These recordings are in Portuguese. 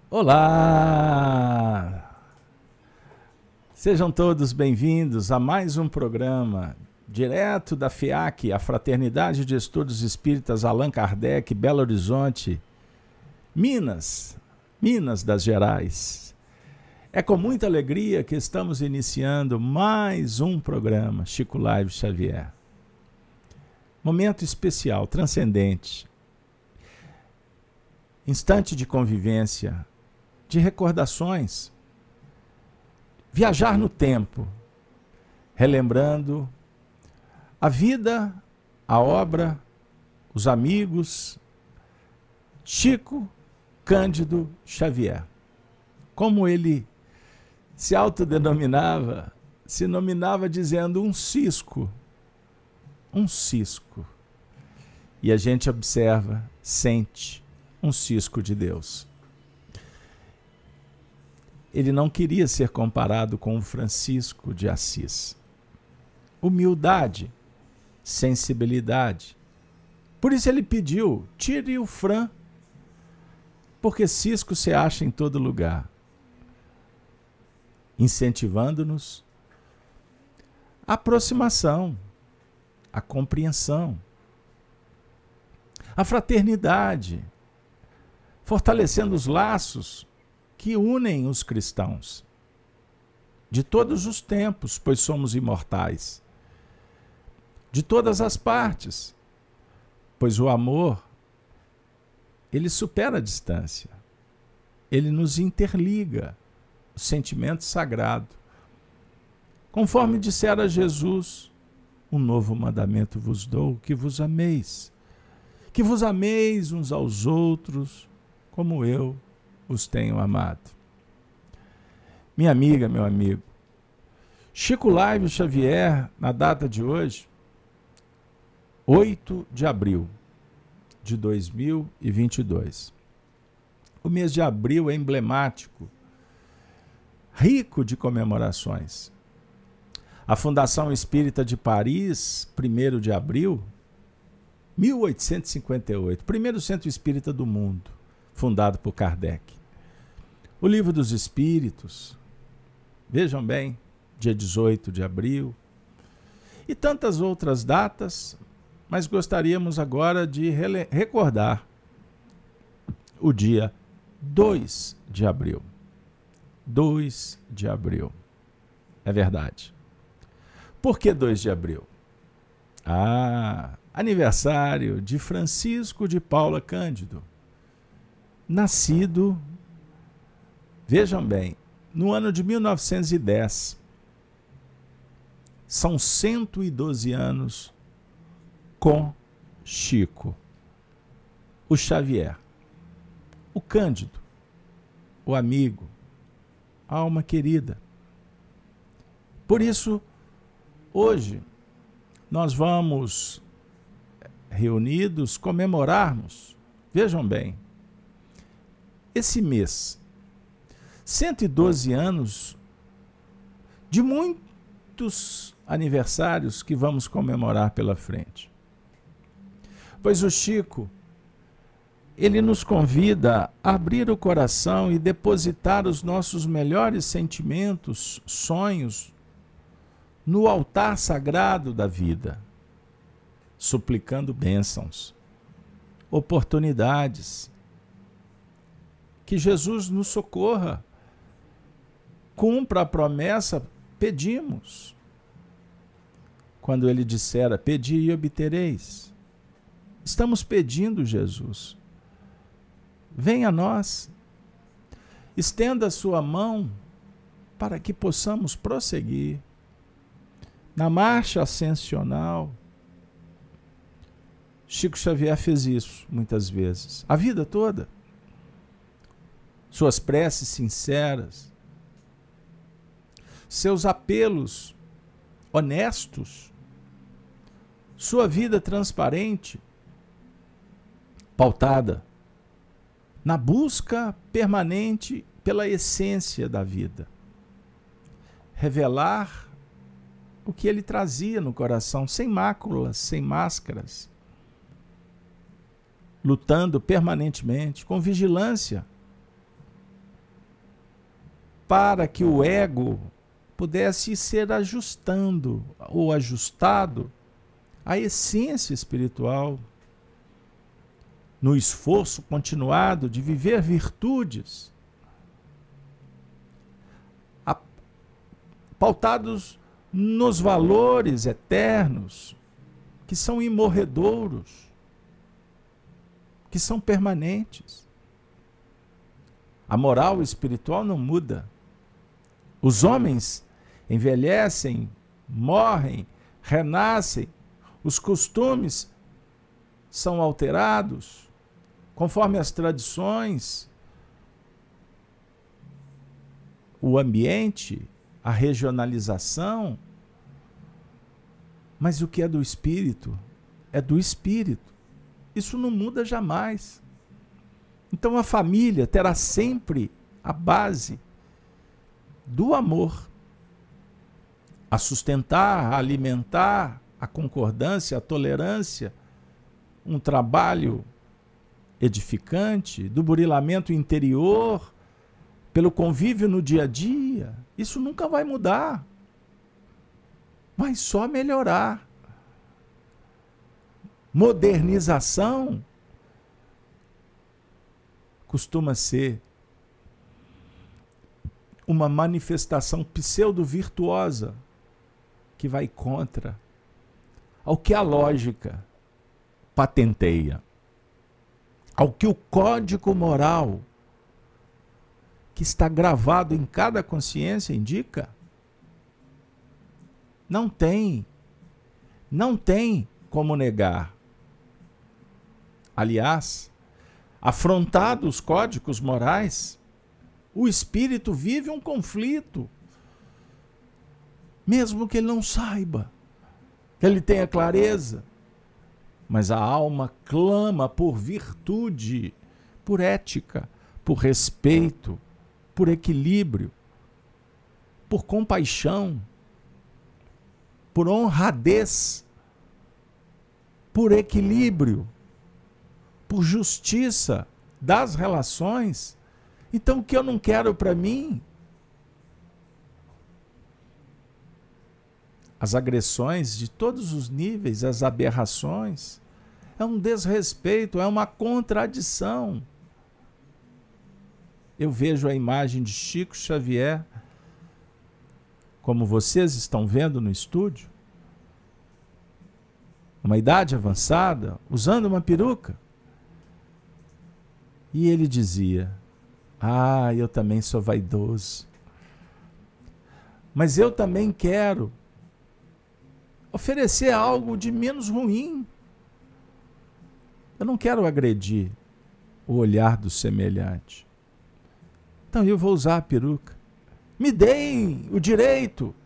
Olá! Sejam todos bem-vindos a mais um programa direto da FEAC, a Fraternidade de Estudos Espíritas Allan Kardec, Belo Horizonte, Minas das Gerais. É com muita alegria que estamos iniciando mais um programa Chico Live Xavier. Momento especial, transcendente, instante de convivência, de recordações, viajar no tempo, relembrando a vida, a obra, os amigos, Chico Cândido Xavier. Como ele se autodenominava, se nominava dizendo um cisco. E a gente observa, sente um cisco de Deus. Ele não queria ser comparado com o Francisco de Assis. Humildade, sensibilidade. Por isso ele pediu, tire o Fran, porque cisco se acha em todo lugar. Incentivando-nos a aproximação, a compreensão, a fraternidade, fortalecendo os laços que unem os cristãos de todos os tempos, pois somos imortais, de todas as partes, pois o amor, ele supera a distância, ele nos interliga, o sentimento sagrado. Conforme dissera Jesus, um novo mandamento vos dou, que vos ameis uns aos outros, como eu os tenho amado. Minha amiga, meu amigo, Chico Live Xavier, na data de hoje, 8 de abril de 2022. O mês de abril é emblemático, rico de comemorações. A Fundação Espírita de Paris, 1º de abril, 1858, primeiro centro espírita do mundo, fundado por Kardec. O Livro dos Espíritos, vejam bem, dia 18 de abril, e tantas outras datas, mas gostaríamos agora de recordar o dia 2 de abril. 2 de abril. É verdade. Por que 2 de abril? Aniversário de Francisco de Paula Cândido, nascido, vejam bem, no ano de 1910. São 112 anos com Chico, o Xavier, o Cândido, o amigo, a alma querida. Por isso, hoje, nós vamos, reunidos, comemorarmos, vejam bem, esse mês, 112 anos de muitos aniversários que vamos comemorar pela frente. Pois o Chico, ele nos convida a abrir o coração e depositar os nossos melhores sentimentos, sonhos, no altar sagrado da vida, suplicando bênçãos, oportunidades, que Jesus nos socorra, cumpra a promessa, pedimos. Quando ele dissera, pedi e obtereis. Estamos pedindo, Jesus. Venha a nós, estenda a sua mão para que possamos prosseguir na marcha ascensional. Chico Xavier fez isso muitas vezes, a vida toda. Suas preces sinceras, seus apelos honestos, sua vida transparente, pautada na busca permanente pela essência da vida. Revelar o que ele trazia no coração, sem máculas, sem máscaras, lutando permanentemente, com vigilância, para que o ego pudesse ser ajustando ou ajustado à essência espiritual, no esforço continuado de viver virtudes, pautados nos valores eternos, que são imorredouros, que são permanentes. A moral espiritual não muda. Os homens envelhecem, morrem, renascem, os costumes são alterados conforme as tradições, o ambiente, a regionalização. Mas o que é do espírito é do espírito. Isso não muda jamais. Então a família terá sempre a base do amor, a sustentar, a alimentar a concordância, a tolerância, um trabalho edificante, do burilamento interior, pelo convívio no dia a dia. Isso nunca vai mudar, vai só melhorar. Modernização costuma ser uma manifestação pseudo-virtuosa que vai contra ao que a lógica patenteia, ao que o código moral que está gravado em cada consciência indica. Não tem como negar. Aliás, afrontados os códigos morais, o espírito vive um conflito, mesmo que ele não saiba, que ele tenha clareza, mas a alma clama por virtude, por ética, por respeito, por equilíbrio, por compaixão, por honradez, por equilíbrio, por justiça das relações. Então, o que eu não quero para mim? As agressões de todos os níveis, as aberrações, é um desrespeito, é uma contradição. Eu vejo a imagem de Chico Xavier, como vocês estão vendo no estúdio, uma idade avançada, usando uma peruca. E ele dizia: eu também sou vaidoso, mas eu também quero oferecer algo de menos ruim. Eu não quero agredir o olhar do semelhante. Então eu vou usar a peruca. Me deem o direito.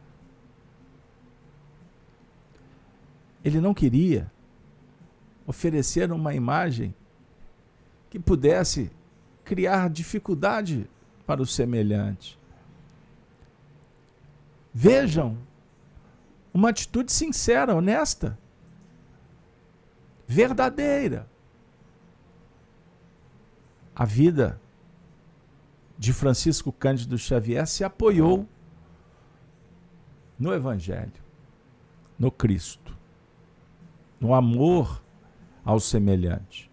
Ele não queria oferecer uma imagem que pudesse criar dificuldade para o semelhante. Vejam, uma atitude sincera, honesta, verdadeira. A vida de Francisco Cândido Xavier se apoiou no Evangelho, no Cristo, no amor ao semelhante.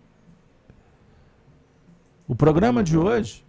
O programa de hoje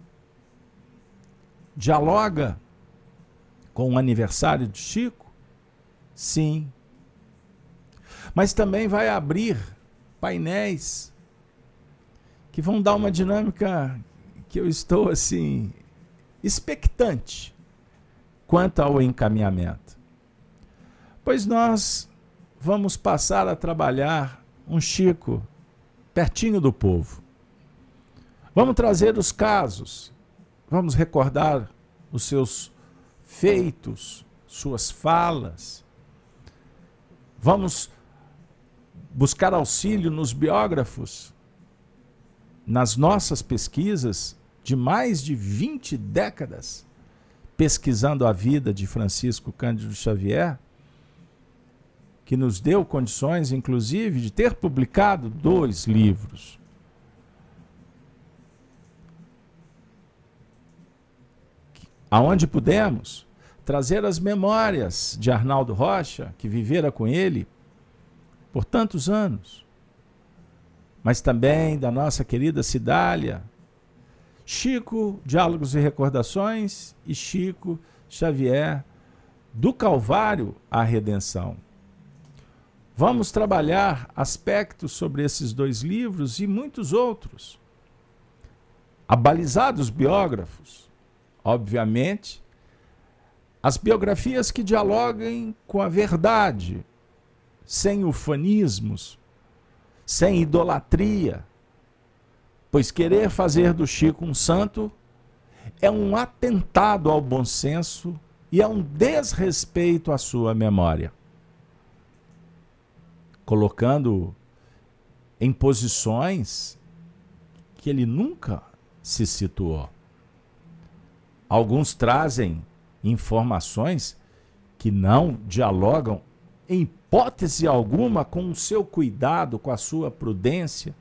dialoga com o aniversário de Chico? Sim. Mas também vai abrir painéis que vão dar uma dinâmica que eu estou assim expectante quanto ao encaminhamento. Pois nós vamos passar a trabalhar um Chico pertinho do povo. Vamos trazer os casos, vamos recordar os seus feitos, suas falas. Vamos buscar auxílio nos biógrafos, nas nossas pesquisas de mais de 20 décadas, pesquisando a vida de Francisco Cândido Xavier, que nos deu condições, inclusive, de ter publicado 2 livros. aonde pudemos, trazer as memórias de Arnaldo Rocha, que vivera com ele por tantos anos, mas também da nossa querida Cidália, Chico, Diálogos e Recordações, e Chico Xavier, do Calvário à Redenção. Vamos trabalhar aspectos sobre esses dois livros e muitos outros. Abalizados biógrafos, obviamente, as biografias que dialoguem com a verdade, sem ufanismos, sem idolatria, pois querer fazer do Chico um santo é um atentado ao bom senso e é um desrespeito à sua memória, colocando em posições que ele nunca se situou. Alguns trazem informações que não dialogam em hipótese alguma com o seu cuidado, com a sua prudência,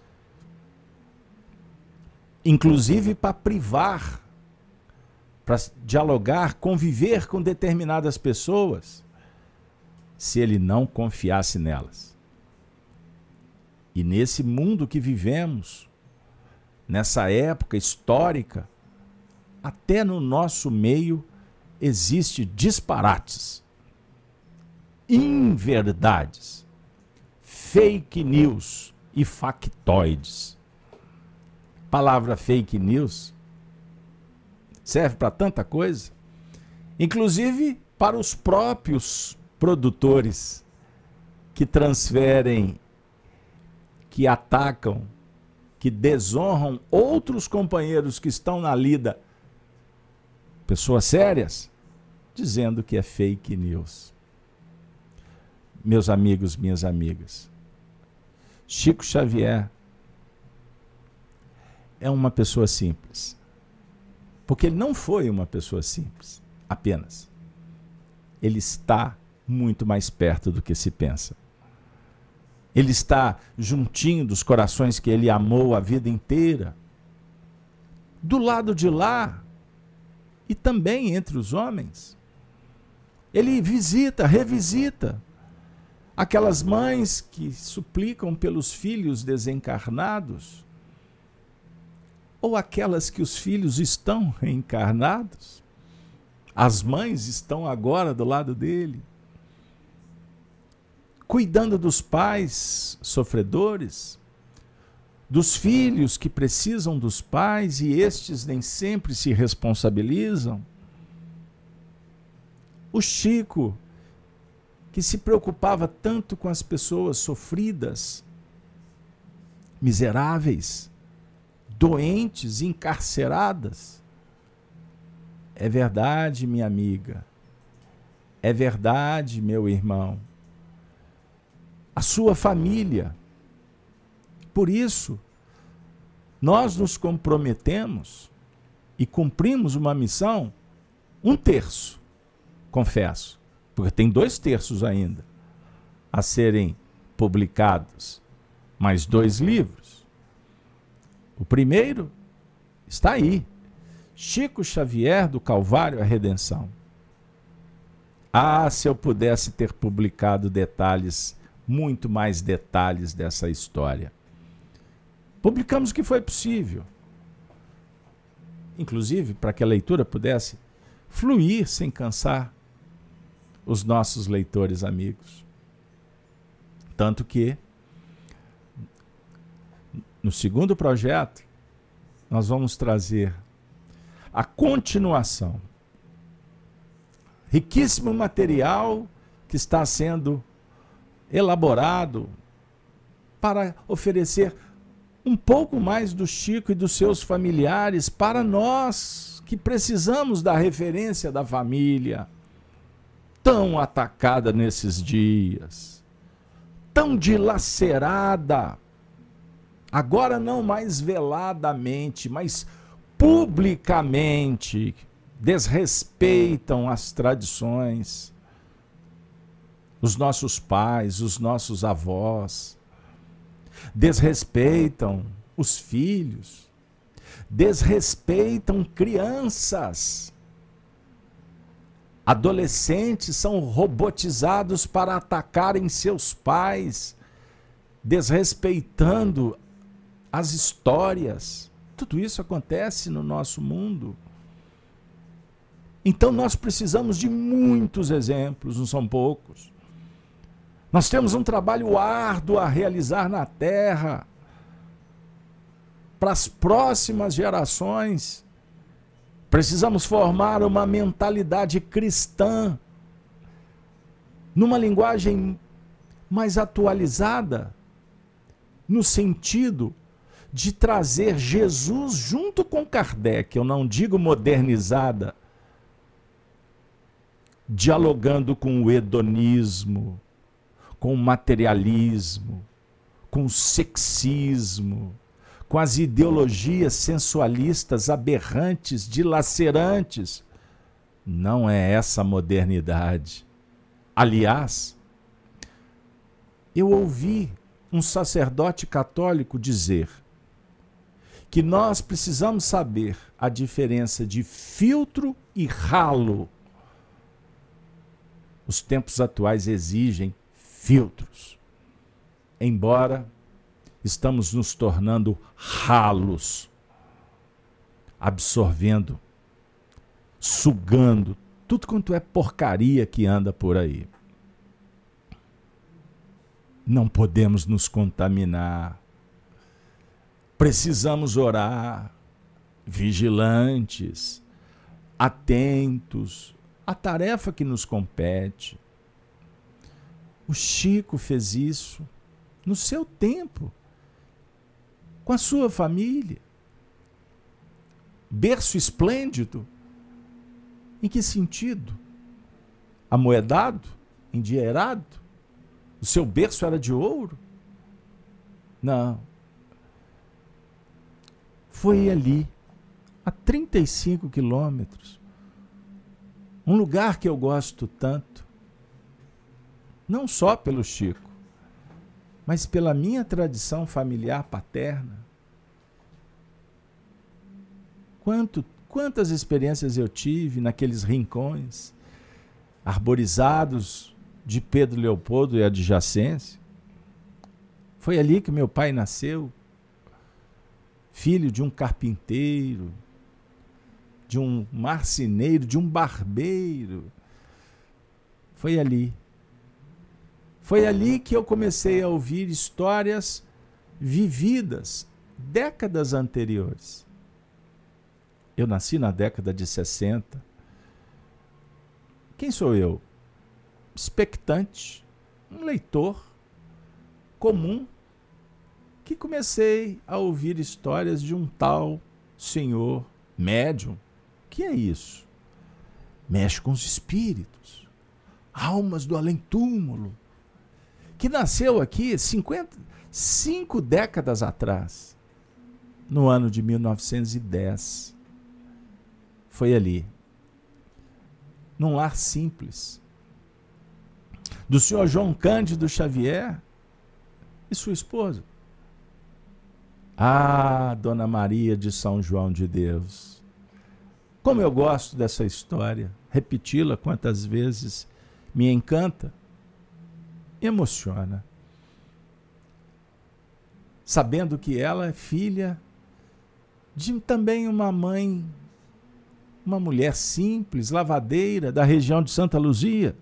inclusive para privar, para dialogar, conviver com determinadas pessoas, se ele não confiasse nelas. E nesse mundo que vivemos, nessa época histórica, até no nosso meio existe disparates, inverdades, fake news e factoides. Palavra fake news serve para tanta coisa, inclusive para os próprios produtores que transferem, que atacam, que desonram outros companheiros que estão na lida, pessoas sérias, dizendo que é fake news. Meus amigos, minhas amigas, Chico Xavier é uma pessoa simples, porque ele não foi uma pessoa simples apenas. Ele está muito mais perto do que se pensa. Ele está juntinho dos corações que ele amou a vida inteira, do lado de lá e também entre os homens. Ele visita, revisita aquelas mães que suplicam pelos filhos desencarnados, ou aquelas que os filhos estão reencarnados. As mães estão agora do lado dele, cuidando dos pais sofredores, dos filhos que precisam dos pais e estes nem sempre se responsabilizam. O Chico, que se preocupava tanto com as pessoas sofridas, miseráveis, doentes, encarceradas. É verdade, minha amiga. É verdade, meu irmão. A sua família. Por isso, nós nos comprometemos e cumprimos uma missão, 1/3, confesso, porque tem 2/3 ainda a serem publicados, mais 2 livros. O primeiro está aí, Chico Xavier, do Calvário à Redenção. Ah, se eu pudesse ter publicado detalhes, muito mais detalhes dessa história. Publicamos o que foi possível, inclusive para que a leitura pudesse fluir sem cansar os nossos leitores amigos. Tanto que, no segundo projeto, nós vamos trazer a continuação. Riquíssimo material que está sendo elaborado para oferecer um pouco mais do Chico e dos seus familiares para nós que precisamos da referência da família, tão atacada nesses dias, tão dilacerada, agora não mais veladamente, mas publicamente, desrespeitam as tradições, os nossos pais, os nossos avós, desrespeitam os filhos, desrespeitam crianças, Adolescentes são robotizados para atacarem seus pais, desrespeitando as histórias. Tudo isso acontece no nosso mundo. Então nós precisamos de muitos exemplos, não são poucos. Nós temos um trabalho árduo a realizar na terra, para as próximas gerações. Precisamos formar uma mentalidade cristã, numa linguagem mais atualizada, no sentido de trazer Jesus junto com Kardec, eu não digo modernizada, dialogando com o hedonismo, com o materialismo, com o sexismo, com as ideologias sensualistas aberrantes, dilacerantes. Não é essa a modernidade. Aliás, eu ouvi um sacerdote católico dizer que nós precisamos saber a diferença de filtro e ralo. Os tempos atuais exigem filtros, embora estamos nos tornando ralos, absorvendo, sugando tudo quanto é porcaria que anda por aí. Não podemos nos contaminar. Precisamos orar, vigilantes, atentos à tarefa que nos compete. O Chico fez isso no seu tempo, com a sua família. Berço esplêndido. Em que sentido? Amoedado? Endinheirado? O seu berço era de ouro? Não. Foi ali, a 35 quilômetros, um lugar que eu gosto tanto, não só pelo Chico, mas pela minha tradição familiar paterna. Quantas experiências eu tive naqueles rincões arborizados de Pedro Leopoldo e adjacência. Foi ali que meu pai nasceu, filho de um carpinteiro, de um marceneiro, de um barbeiro. Foi ali. Foi ali que eu comecei a ouvir histórias vividas décadas anteriores. Eu nasci na década de 60. Quem sou eu? Expectante, um leitor comum, que comecei a ouvir histórias de um tal senhor médium. O que é isso? Mexe com os espíritos, almas do além-túmulo, que nasceu aqui 5 décadas atrás, no ano de 1910. Foi ali, num lar simples, do senhor João Cândido Xavier e sua esposa. Ah, Dona Maria de São João de Deus. Como eu gosto dessa história, repeti-la quantas vezes me encanta, emociona. Sabendo que ela é filha de também uma mãe, uma mulher simples, lavadeira, da região de Santa Luzia.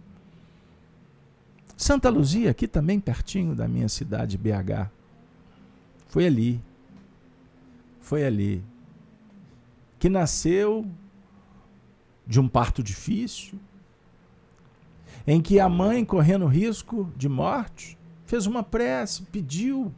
Santa Luzia, aqui também pertinho da minha cidade, BH. Foi ali que nasceu de um parto difícil, em que a mãe, correndo risco de morte, fez uma prece, pediu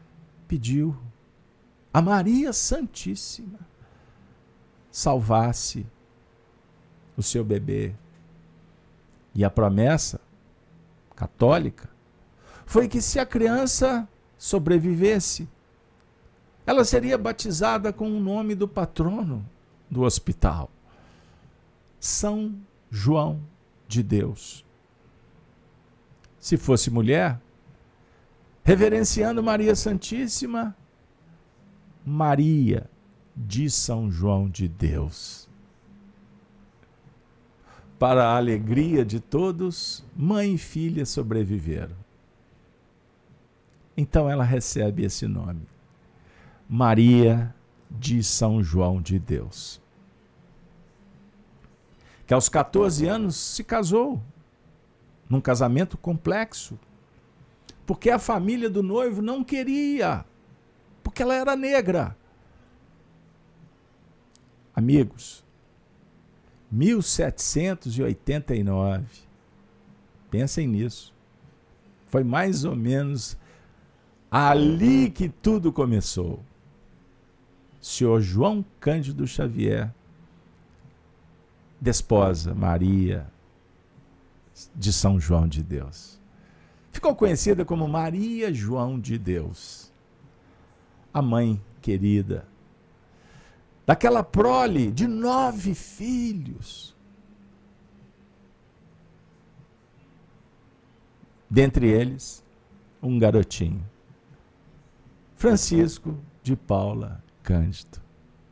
a Maria Santíssima salvasse o seu bebê. E a promessa católica foi que, se a criança sobrevivesse, ela seria batizada com o nome do patrono do hospital, São João de Deus. Se fosse mulher, reverenciando Maria Santíssima, Maria de São João de Deus. para a alegria de todos, mãe e filha sobreviveram. Então ela recebe esse nome, Maria de São João de Deus. Que aos 14 anos se casou, num casamento complexo, porque a família do noivo não queria, porque ela era negra. Amigos, 1789, pensem nisso, foi mais ou menos ali que tudo começou. Senhor João Cândido Xavier desposa Maria de São João de Deus. Ficou conhecida como Maria João de Deus, a mãe querida daquela prole de 9 filhos. Dentre eles, um garotinho, Francisco de Paula Cândido.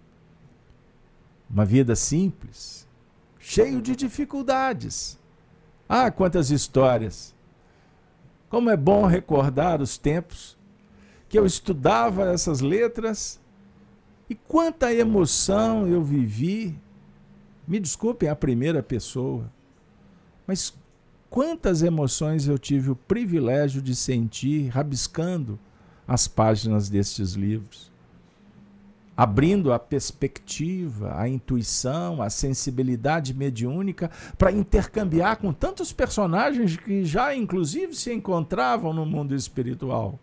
Uma vida simples, cheio de dificuldades. Ah, quantas histórias! Como é bom recordar os tempos que eu estudava essas letras e quanta emoção eu vivi. Me desculpem a primeira pessoa, mas quantas emoções eu tive o privilégio de sentir rabiscando as páginas destes livros, abrindo a perspectiva, a intuição, a sensibilidade mediúnica para intercambiar com tantos personagens que já inclusive se encontravam no mundo espiritual.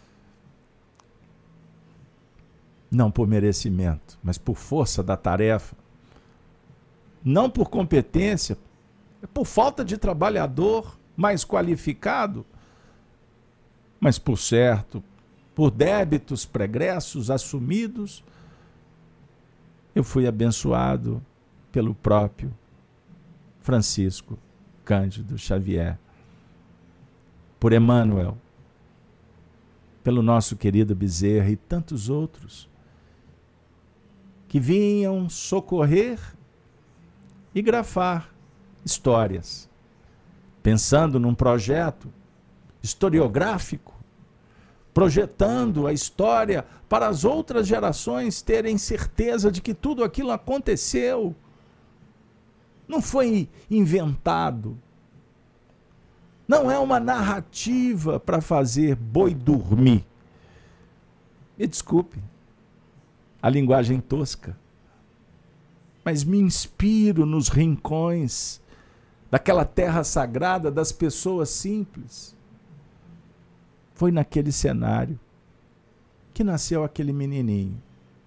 Não por merecimento, mas por força da tarefa. Não por competência, por falta de trabalhador mais qualificado, mas por certo, por débitos pregressos assumidos, eu fui abençoado pelo próprio Francisco Cândido Xavier, por Emmanuel, pelo nosso querido Bezerra e tantos outros que vinham socorrer e grafar histórias, pensando num projeto historiográfico, projetando a história para as outras gerações terem certeza de que tudo aquilo aconteceu. Não foi inventado. Não é uma narrativa para fazer boi dormir. Me desculpe a linguagem tosca, mas me inspiro nos rincões daquela terra sagrada das pessoas simples. Foi naquele cenário que nasceu aquele menininho.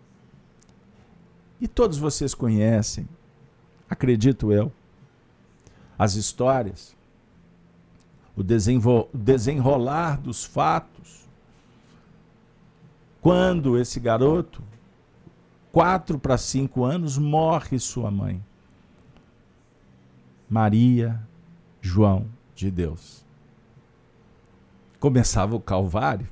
E todos vocês conhecem, acredito eu, as histórias, o desenrolar dos fatos. Quando esse garoto, 4 para 5 anos, morre sua mãe, Maria João de Deus. Começava o Calvário,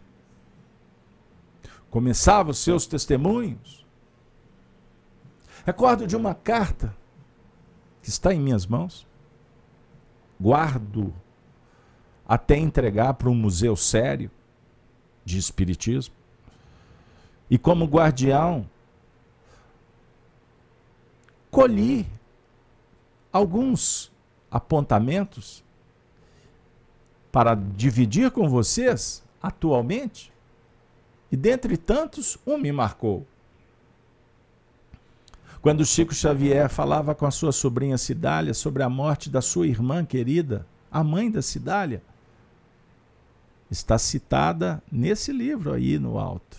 começava os seus testemunhos. Recordo de uma carta que está em minhas mãos, guardo até entregar para um museu sério de espiritismo, e como guardião, colhi alguns apontamentos para dividir com vocês atualmente, e dentre tantos, um me marcou. Quando Chico Xavier falava com a sua sobrinha Cidália sobre a morte da sua irmã querida, a mãe da Cidália, está citada nesse livro aí no alto.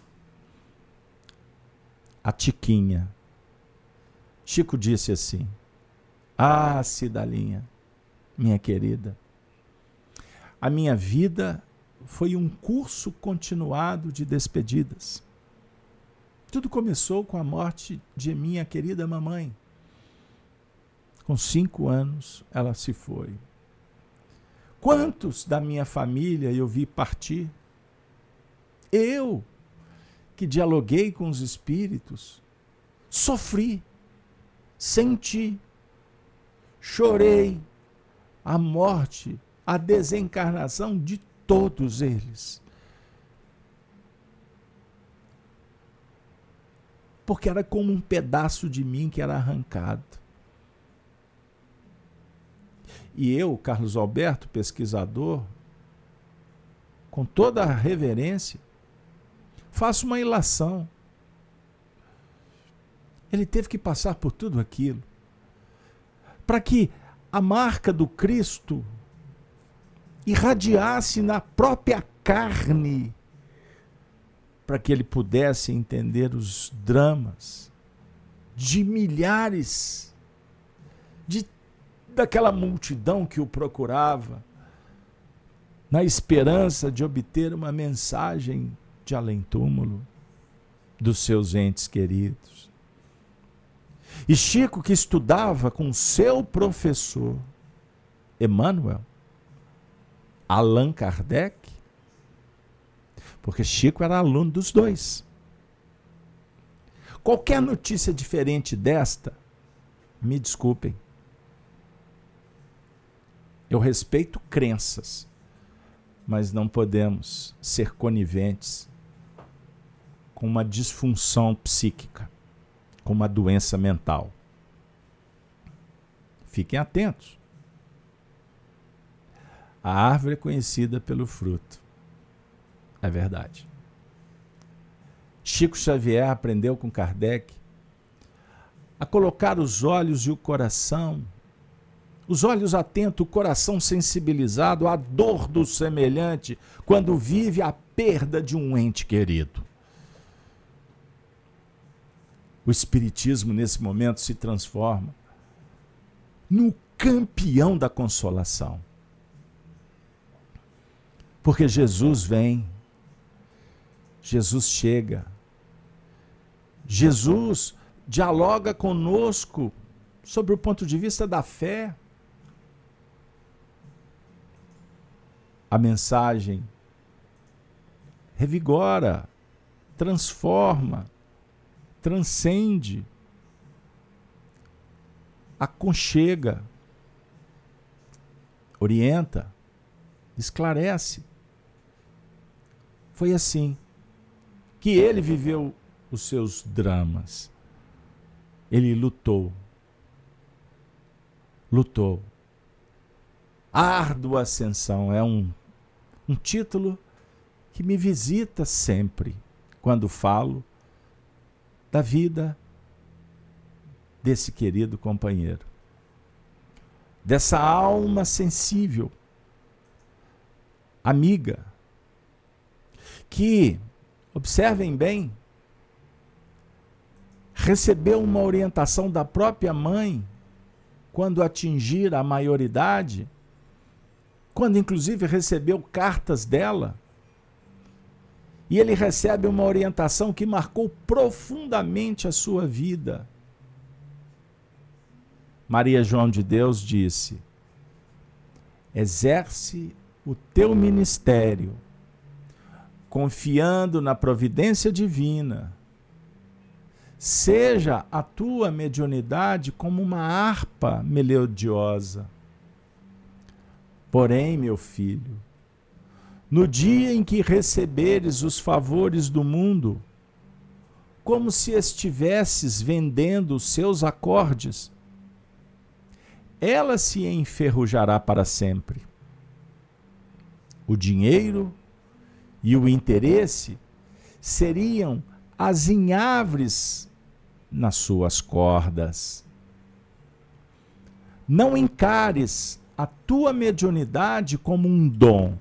A Tiquinha. Chico disse assim: ah, Cidalinha, minha querida, a minha vida foi um curso continuado de despedidas. Tudo começou com a morte de minha querida mamãe. Com 5 anos, ela se foi. Quantos da minha família eu vi partir? Eu, que dialoguei com os espíritos, sofri, senti, chorei a morte, a desencarnação de todos eles. Porque era como um pedaço de mim que era arrancado. E eu, Carlos Alberto, pesquisador, com toda a reverência, faço uma ilação. Ele teve que passar por tudo aquilo, para que a marca do Cristo irradiasse na própria carne, para que ele pudesse entender os dramas de milhares, daquela multidão que o procurava, na esperança de obter uma mensagem de além-túmulo dos seus entes queridos. E Chico, que estudava com seu professor, Emmanuel, Allan Kardec, porque Chico era aluno dos dois. Qualquer notícia diferente desta, me desculpem, eu respeito crenças, mas não podemos ser coniventes com uma disfunção psíquica, com uma doença mental. Fiquem atentos. A árvore é conhecida pelo fruto. É verdade. Chico Xavier aprendeu com Kardec a colocar os olhos e o coração, os olhos atentos, o coração sensibilizado à dor do semelhante quando vive a perda de um ente querido. O Espiritismo, nesse momento, se transforma no campeão da consolação. Porque Jesus vem, Jesus chega, Jesus dialoga conosco sobre o ponto de vista da fé. A mensagem revigora, transforma, transcende, aconchega, orienta, esclarece. Foi assim que ele viveu os seus dramas. Ele lutou. Árdua ascensão é um título que me visita sempre quando falo da vida desse querido companheiro, dessa alma sensível, amiga, que, observem bem, recebeu uma orientação da própria mãe quando atingir a maioridade, quando inclusive recebeu cartas dela, e ele recebe uma orientação que marcou profundamente a sua vida. Maria João de Deus disse: exerce o teu ministério, confiando na providência divina. Seja a tua mediunidade como uma harpa melodiosa. Porém, meu filho, no dia em que receberes os favores do mundo, como se estivesses vendendo os seus acordes, ela se enferrujará para sempre. O dinheiro e o interesse seriam azinhavres nas suas cordas. Não encares a tua mediunidade como um dom.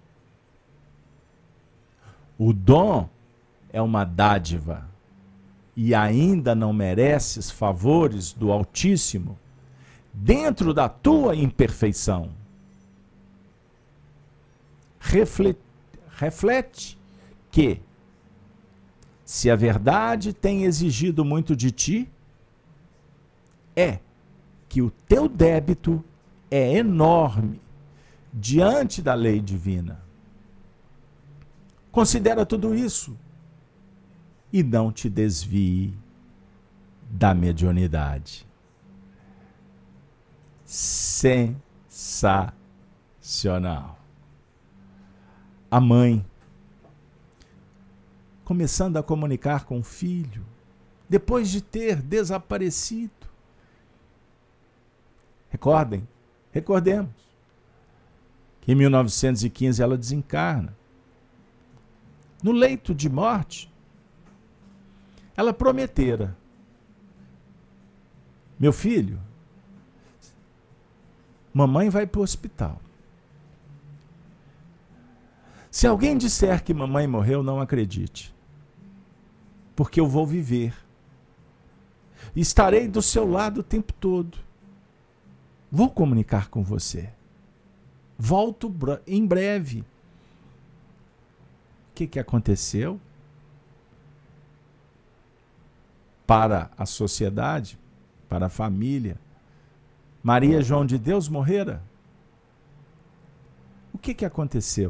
O dom é uma dádiva e ainda não mereces favores do Altíssimo dentro da tua imperfeição. Reflete que, se a verdade tem exigido muito de ti, é que o teu débito é enorme diante da lei divina. Considera tudo isso e não te desvie da mediunidade. sensacional. A mãe começando a comunicar com o filho, depois de ter desaparecido. Recordemos que em 1915 ela desencarna. No leito de morte, ela prometera: meu filho, mamãe vai para o hospital. Se alguém disser que mamãe morreu, não acredite, porque eu vou viver. Estarei do seu lado o tempo todo. Vou comunicar com você. Volto em breve. O que aconteceu? Para a sociedade, para a família, Maria João de Deus morrera? O que aconteceu?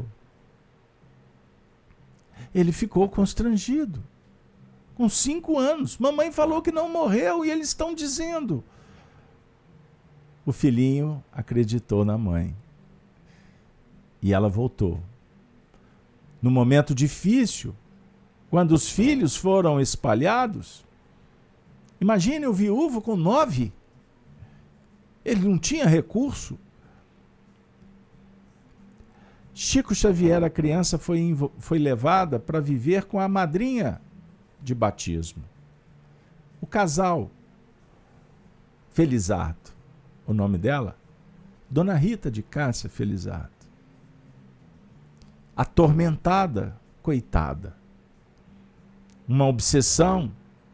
Ele ficou constrangido. Com 5 anos. Mamãe falou que não morreu e eles estão dizendo. O filhinho acreditou na mãe. E ela voltou. No momento difícil, quando os filhos foram espalhados, imagine o viúvo com 9. Ele não tinha recurso. Chico Xavier, a criança, foi levada para viver com a madrinha de batismo. O casal Felizardo. O nome dela? Dona Rita de Cássia Felizardo. Atormentada, coitada. Uma obsessão.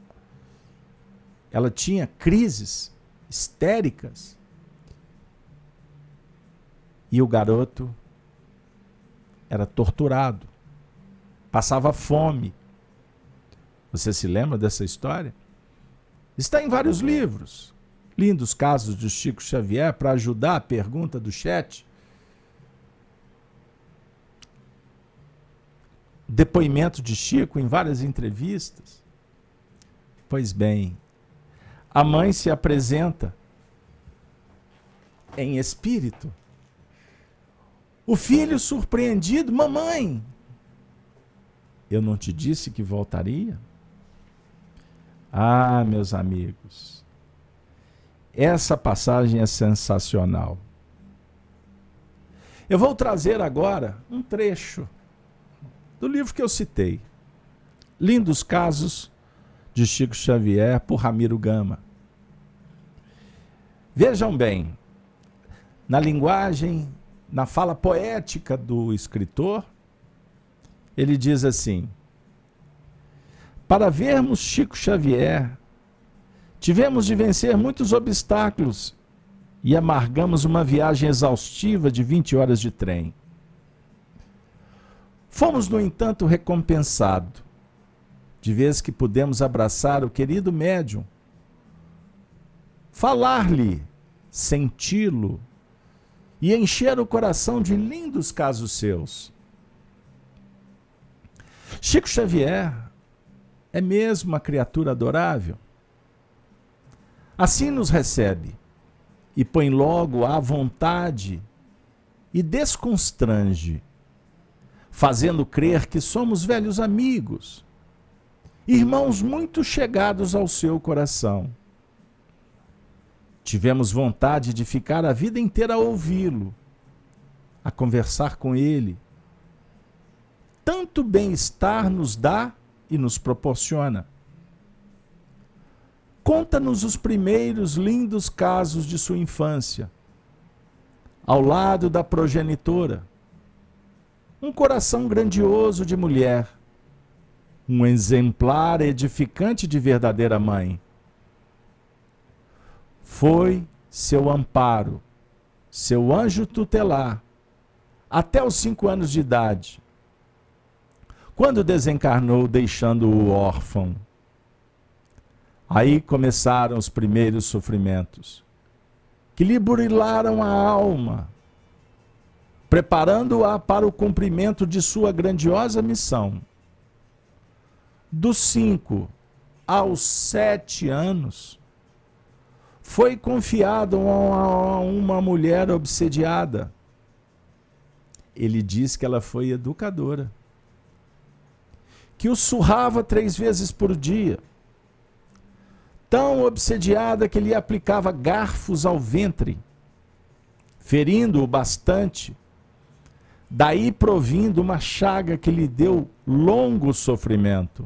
Ela tinha crises histéricas. E o garoto era torturado. Passava fome. Você se lembra dessa história? Está em vários livros. Lindos casos de Chico Xavier para ajudar a pergunta do chat. Depoimento de Chico em várias entrevistas. Pois bem, a mãe se apresenta em espírito. O filho surpreendido: mamãe, eu não te disse que voltaria? Ah, meus amigos, essa passagem é sensacional. Eu vou trazer agora um trecho do livro que eu citei, Lindos Casos de Chico Xavier, por Ramiro Gama. Vejam bem, na linguagem, na fala poética do escritor, ele diz assim: para vermos Chico Xavier, tivemos de vencer muitos obstáculos e amargamos uma viagem exaustiva de 20 horas de trem. Fomos, no entanto, recompensados, de vez que pudemos abraçar o querido médium, falar-lhe, senti-lo e encher o coração de lindos casos seus. Chico Xavier é mesmo uma criatura adorável. Assim nos recebe e põe logo à vontade e desconstrange, fazendo crer que somos velhos amigos, irmãos muito chegados ao seu coração. Tivemos vontade de ficar a vida inteira a ouvi-lo, a conversar com ele. Tanto bem-estar nos dá e nos proporciona. Conta-nos os primeiros lindos casos de sua infância, ao lado da progenitora. Um coração grandioso de mulher, um exemplar edificante de verdadeira mãe. Foi seu amparo, seu anjo tutelar, até os 5 anos de idade, quando desencarnou, deixando-o órfão. Aí começaram os primeiros sofrimentos, que lhe burilaram a alma, preparando-a para o cumprimento de sua grandiosa missão. Dos 5 aos 7 anos, foi confiado a uma mulher obsediada. Ele diz que ela foi educadora, que o surrava 3 vezes por dia, tão obsediada que lhe aplicava garfos ao ventre, ferindo-o bastante, daí provindo uma chaga que lhe deu longo sofrimento.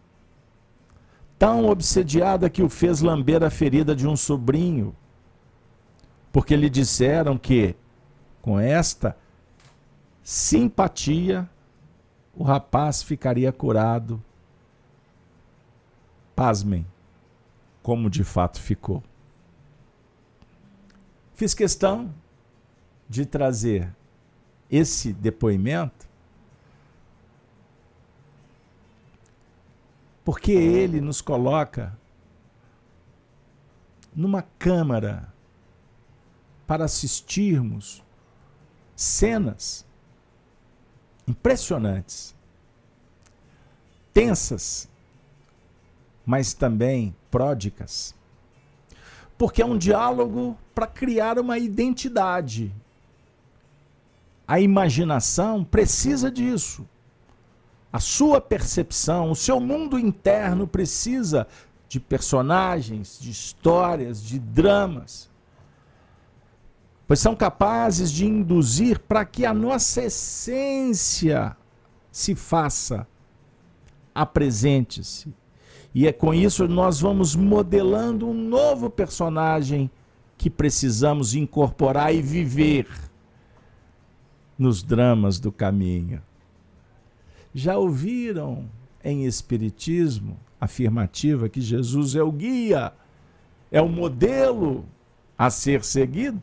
Tão obsediada que o fez lamber a ferida de um sobrinho, porque lhe disseram que, com esta simpatia, o rapaz ficaria curado. Pasmem, como de fato ficou. Fiz questão de trazer esse depoimento porque ele nos coloca numa câmara para assistirmos cenas impressionantes, tensas, mas também pródicas, porque é um diálogo para criar uma identidade. A imaginação precisa disso. A sua percepção, o seu mundo interno precisa de personagens, de histórias, de dramas, pois são capazes de induzir para que a nossa essência se faça, apresente-se. E é com isso nós vamos modelando um novo personagem que precisamos incorporar e viver nos dramas do caminho. Já ouviram em Espiritismo afirmativa que Jesus é o guia, é o modelo a ser seguido?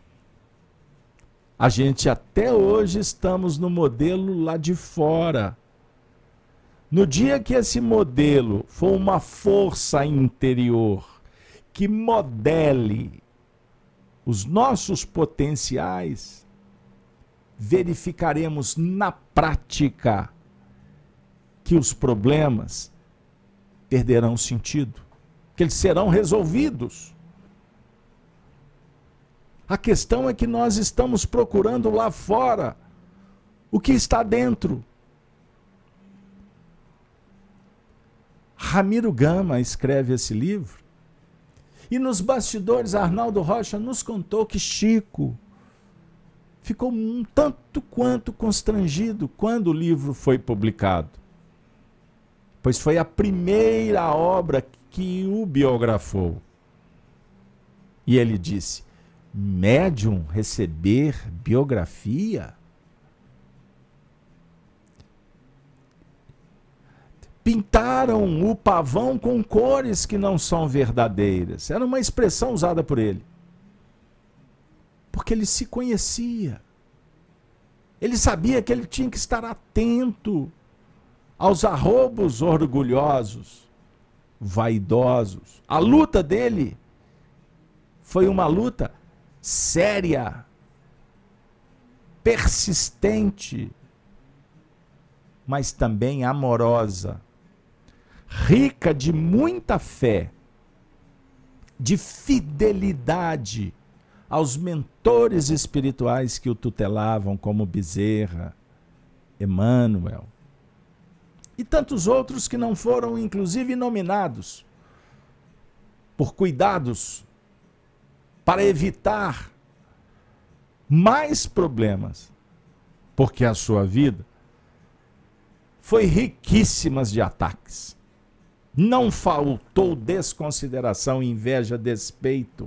A gente até hoje estamos no modelo lá de fora. No dia que esse modelo for uma força interior que modele os nossos potenciais, verificaremos na prática que os problemas perderão sentido, que eles serão resolvidos. A questão é que nós estamos procurando lá fora o que está dentro. Ramiro Gama escreve esse livro e nos bastidores Arnaldo Rocha nos contou que Chico ficou um tanto quanto constrangido quando o livro foi publicado, pois foi a primeira obra que o biografou. E ele disse: médium receber biografia? Pintaram o pavão com cores que não são verdadeiras. Era uma expressão usada por ele. Porque ele se conhecia. Ele sabia que ele tinha que estar atento aos arrobos orgulhosos, vaidosos. A luta dele foi uma luta séria, persistente, mas também amorosa, rica de muita fé, de fidelidade aos mentores espirituais que o tutelavam, como Bezerra, Emmanuel, e tantos outros que não foram, inclusive, nominados por cuidados para evitar mais problemas, porque a sua vida foi riquíssima de ataques. Não faltou desconsideração, inveja, despeito.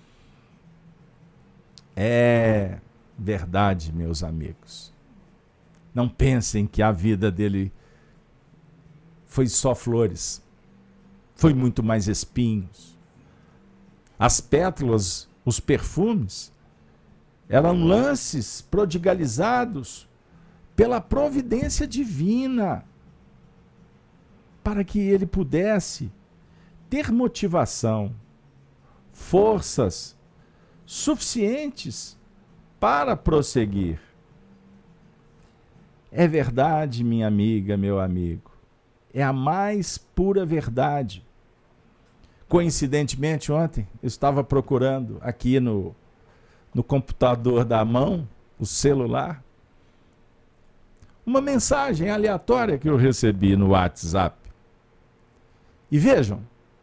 É verdade, meus amigos. Não pensem que a vida dele foi só flores. Foi muito mais espinhos. As pétalas, os perfumes, eram lances prodigalizados pela providência divina, para que ele pudesse ter motivação, forças suficientes para prosseguir. É verdade, minha amiga, meu amigo, é a mais pura verdade. Coincidentemente, ontem, eu estava procurando aqui no computador da mão, o celular, uma mensagem aleatória que eu recebi no WhatsApp. E vejam,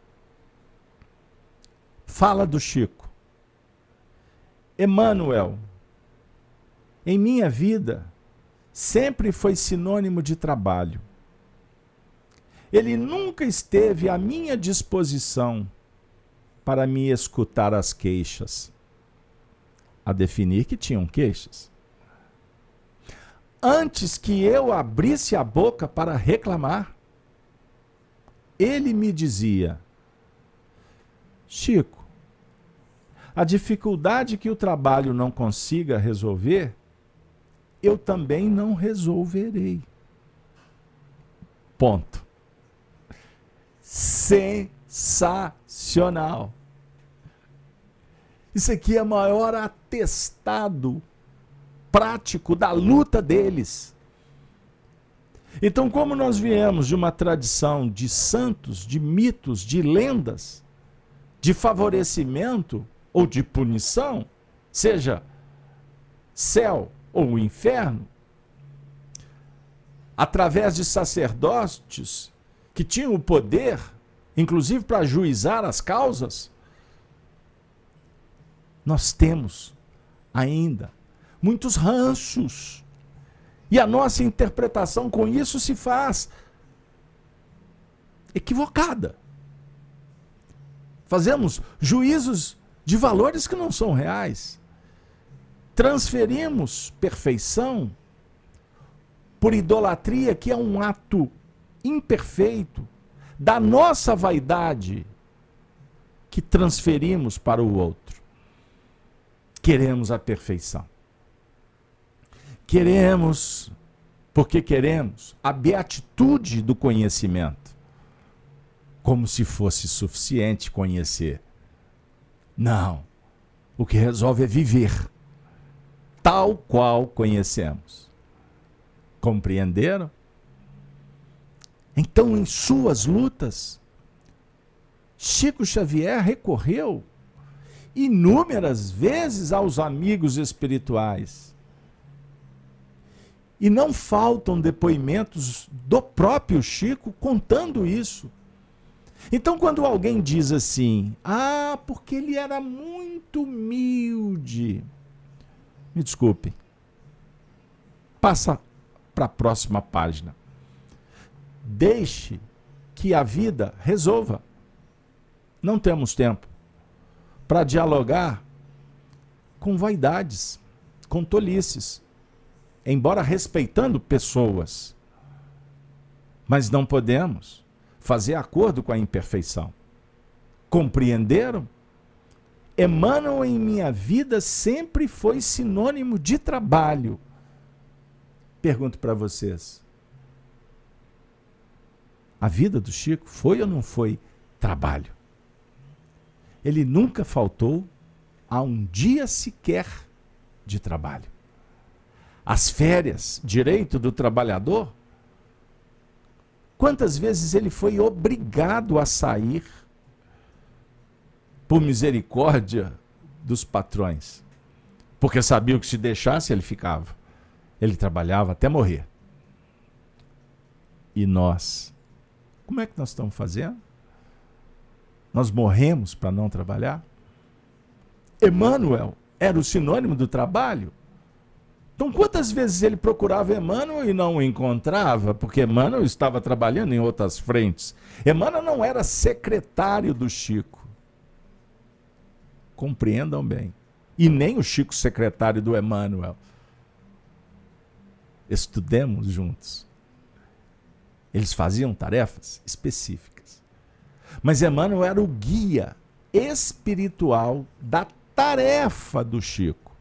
fala do Chico. Emmanuel, em minha vida, sempre foi sinônimo de trabalho. Ele nunca esteve à minha disposição para me escutar as queixas. A definir que tinham queixas. Antes que eu abrisse a boca para reclamar, ele me dizia: Chico, a dificuldade que o trabalho não consiga resolver, eu também não resolverei. Ponto. Sensacional. Isso aqui é o maior atestado prático da luta deles. Então, como nós viemos de uma tradição de santos, de mitos, de lendas, de favorecimento ou de punição, seja céu ou inferno, através de sacerdotes que tinham o poder, inclusive para ajuizar as causas, nós temos ainda muitos ranços. E a nossa interpretação com isso se faz equivocada. Fazemos juízos de valores que não são reais. Transferimos perfeição por idolatria, que é um ato imperfeito da nossa vaidade, que transferimos para o outro. Queremos a perfeição. Porque queremos a beatitude do conhecimento, como se fosse suficiente conhecer. Não. O que resolve é viver, tal qual conhecemos. Compreenderam? Então, em suas lutas, Chico Xavier recorreu inúmeras vezes aos amigos espirituais. E não faltam depoimentos do próprio Chico contando isso. Então, quando alguém diz assim, porque ele era muito humilde, me desculpe, passa para a próxima página. Deixe que a vida resolva. Não temos tempo para dialogar com vaidades, com tolices, embora respeitando pessoas. Mas não podemos fazer acordo com a imperfeição. Compreenderam? Emmanuel em minha vida sempre foi sinônimo de trabalho. Pergunto para vocês. A vida do Chico foi ou não foi trabalho? Ele nunca faltou a um dia sequer de trabalho. As férias, direito do trabalhador, quantas vezes ele foi obrigado a sair por misericórdia dos patrões? Porque sabiam que se deixasse ele ficava. Ele trabalhava até morrer. E nós? Como é que nós estamos fazendo? Nós morremos para não trabalhar? Emmanuel era o sinônimo do trabalho. Então, quantas vezes ele procurava Emmanuel e não o encontrava? Porque Emmanuel estava trabalhando em outras frentes. Emmanuel não era secretário do Chico. Compreendam bem. E nem o Chico secretário do Emmanuel. Estudemos juntos. Eles faziam tarefas específicas. Mas Emmanuel era o guia espiritual da tarefa do Chico.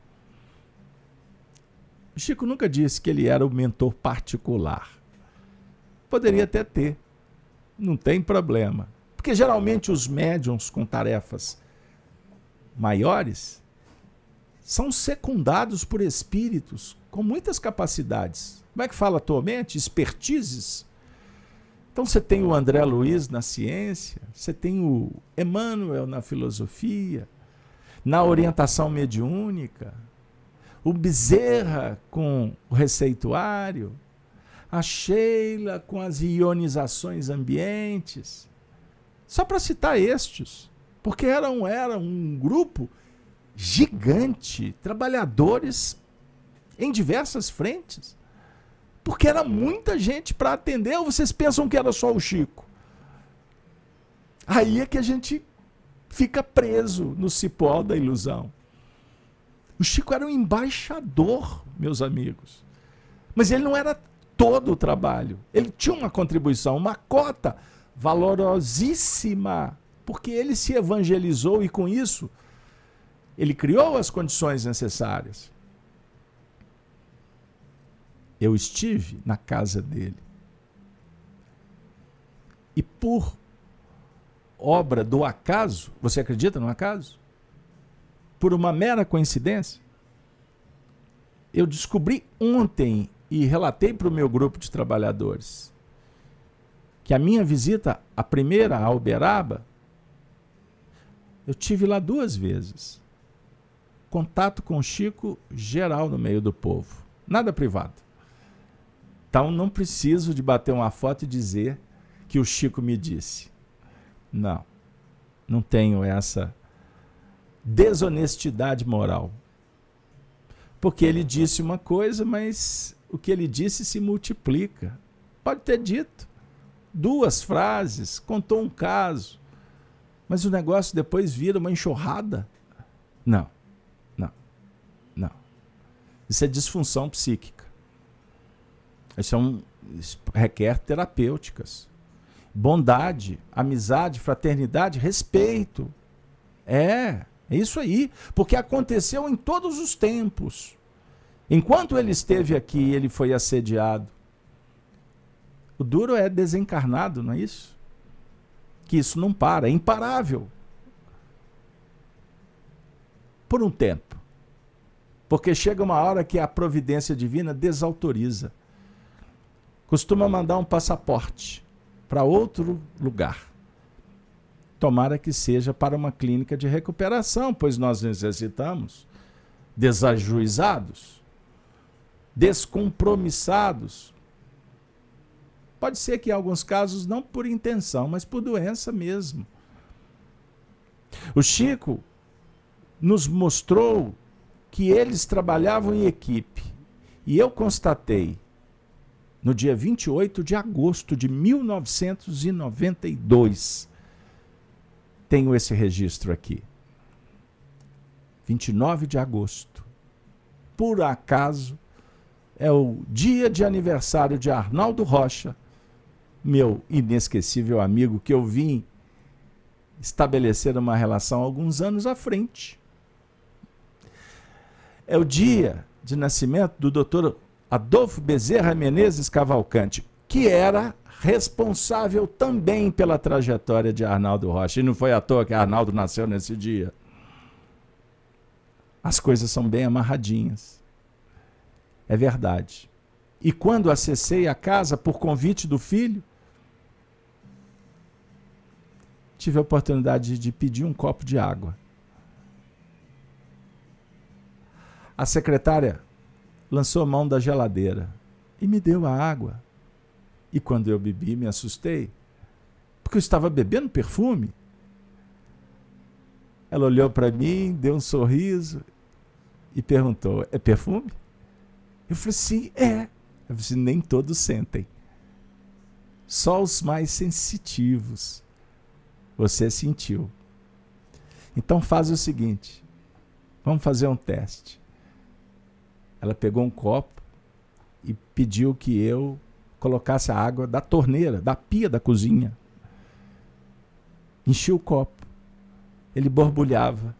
O Chico nunca disse que ele era o mentor particular. Poderia até ter. Não tem problema. Porque geralmente os médiuns com tarefas maiores são secundados por espíritos com muitas capacidades. Como é que fala atualmente? Expertises. Então você tem o André Luiz na ciência, você tem o Emmanuel na filosofia, na orientação mediúnica, o Bezerra com o receituário, a Sheila com as ionizações ambientes, só para citar estes, porque era um grupo gigante, trabalhadores em diversas frentes, porque era muita gente para atender. Ou vocês pensam que era só o Chico? Aí é que a gente fica preso no cipó da ilusão. O Chico era um embaixador, meus amigos, mas ele não era todo o trabalho. Ele tinha uma contribuição, uma cota valorosíssima, porque ele se evangelizou e com isso ele criou as condições necessárias. Eu estive na casa dele e por obra do acaso, você acredita no acaso? Por uma mera coincidência, eu descobri ontem e relatei para o meu grupo de trabalhadores que a minha visita, a primeira a Uberaba, eu tive lá 2 vezes. Contato com o Chico geral no meio do povo, nada privado. Então não preciso de bater uma foto e dizer que o Chico me disse. Não, não tenho essa desonestidade moral. Porque ele disse uma coisa, mas o que ele disse se multiplica. Pode ter dito 2 frases, contou um caso, mas o negócio depois vira uma enxurrada. Não. Isso é disfunção psíquica. Isso requer terapêuticas. Bondade, amizade, fraternidade, respeito. É isso aí. Porque aconteceu em todos os tempos. Enquanto ele esteve aqui, ele foi assediado. O duro é desencarnado, não é isso? Que isso não para, é imparável. Por um tempo. Porque chega uma hora que a providência divina desautoriza. Costuma mandar um passaporte para outro lugar. Tomara que seja para uma clínica de recuperação, pois nós necessitamos desajuizados, descompromissados. Pode ser que em alguns casos não por intenção, mas por doença mesmo. O Chico nos mostrou que eles trabalhavam em equipe. E eu constatei, no dia 28 de agosto de 1992, tenho esse registro aqui. 29 de agosto. Por acaso, é o dia de aniversário de Arnaldo Rocha, meu inesquecível amigo, que eu vim estabelecer uma relação alguns anos à frente. É o dia de nascimento do Dr. Adolfo Bezerra Menezes Cavalcante, que era responsável também pela trajetória de Arnaldo Rocha. E não foi à toa que Arnaldo nasceu nesse dia. As coisas são bem amarradinhas. É verdade. E quando acessei a casa por convite do filho, tive a oportunidade de pedir um copo de água. A secretária lançou a mão da geladeira e me deu a água. E quando eu bebi, me assustei, porque eu estava bebendo perfume. Ela olhou para mim, deu um sorriso e perguntou: é perfume? Eu falei: sim, é. Eu falei: nem todos sentem. Só os mais sensitivos. Você sentiu. Então faz o seguinte, vamos fazer um teste. Ela pegou um copo e pediu que eu colocasse a água da torneira, da pia da cozinha. Enchi o copo. Ele borbulhava,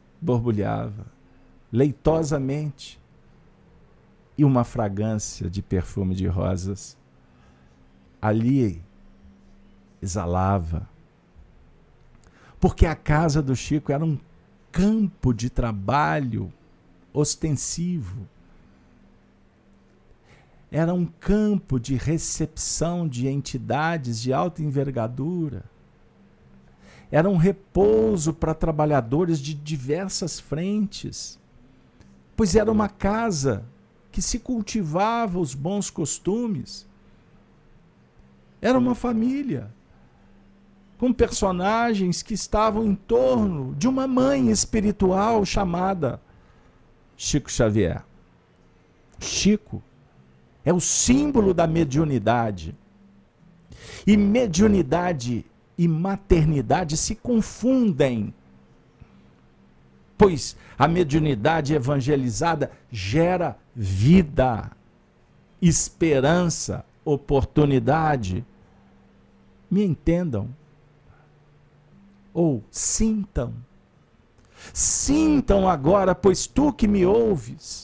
leitosamente. E uma fragrância de perfume de rosas ali exalava. Porque a casa do Chico era um campo de trabalho ostensivo. Era um campo de recepção de entidades de alta envergadura. Era um repouso para trabalhadores de diversas frentes, pois era uma casa que se cultivava os bons costumes. Era uma família com personagens que estavam em torno de uma mãe espiritual chamada Chico Xavier. Chico é o símbolo da mediunidade. E mediunidade e maternidade se confundem, pois a mediunidade evangelizada gera vida, esperança, oportunidade. Me entendam? Ou sintam. Sintam agora, pois tu que me ouves,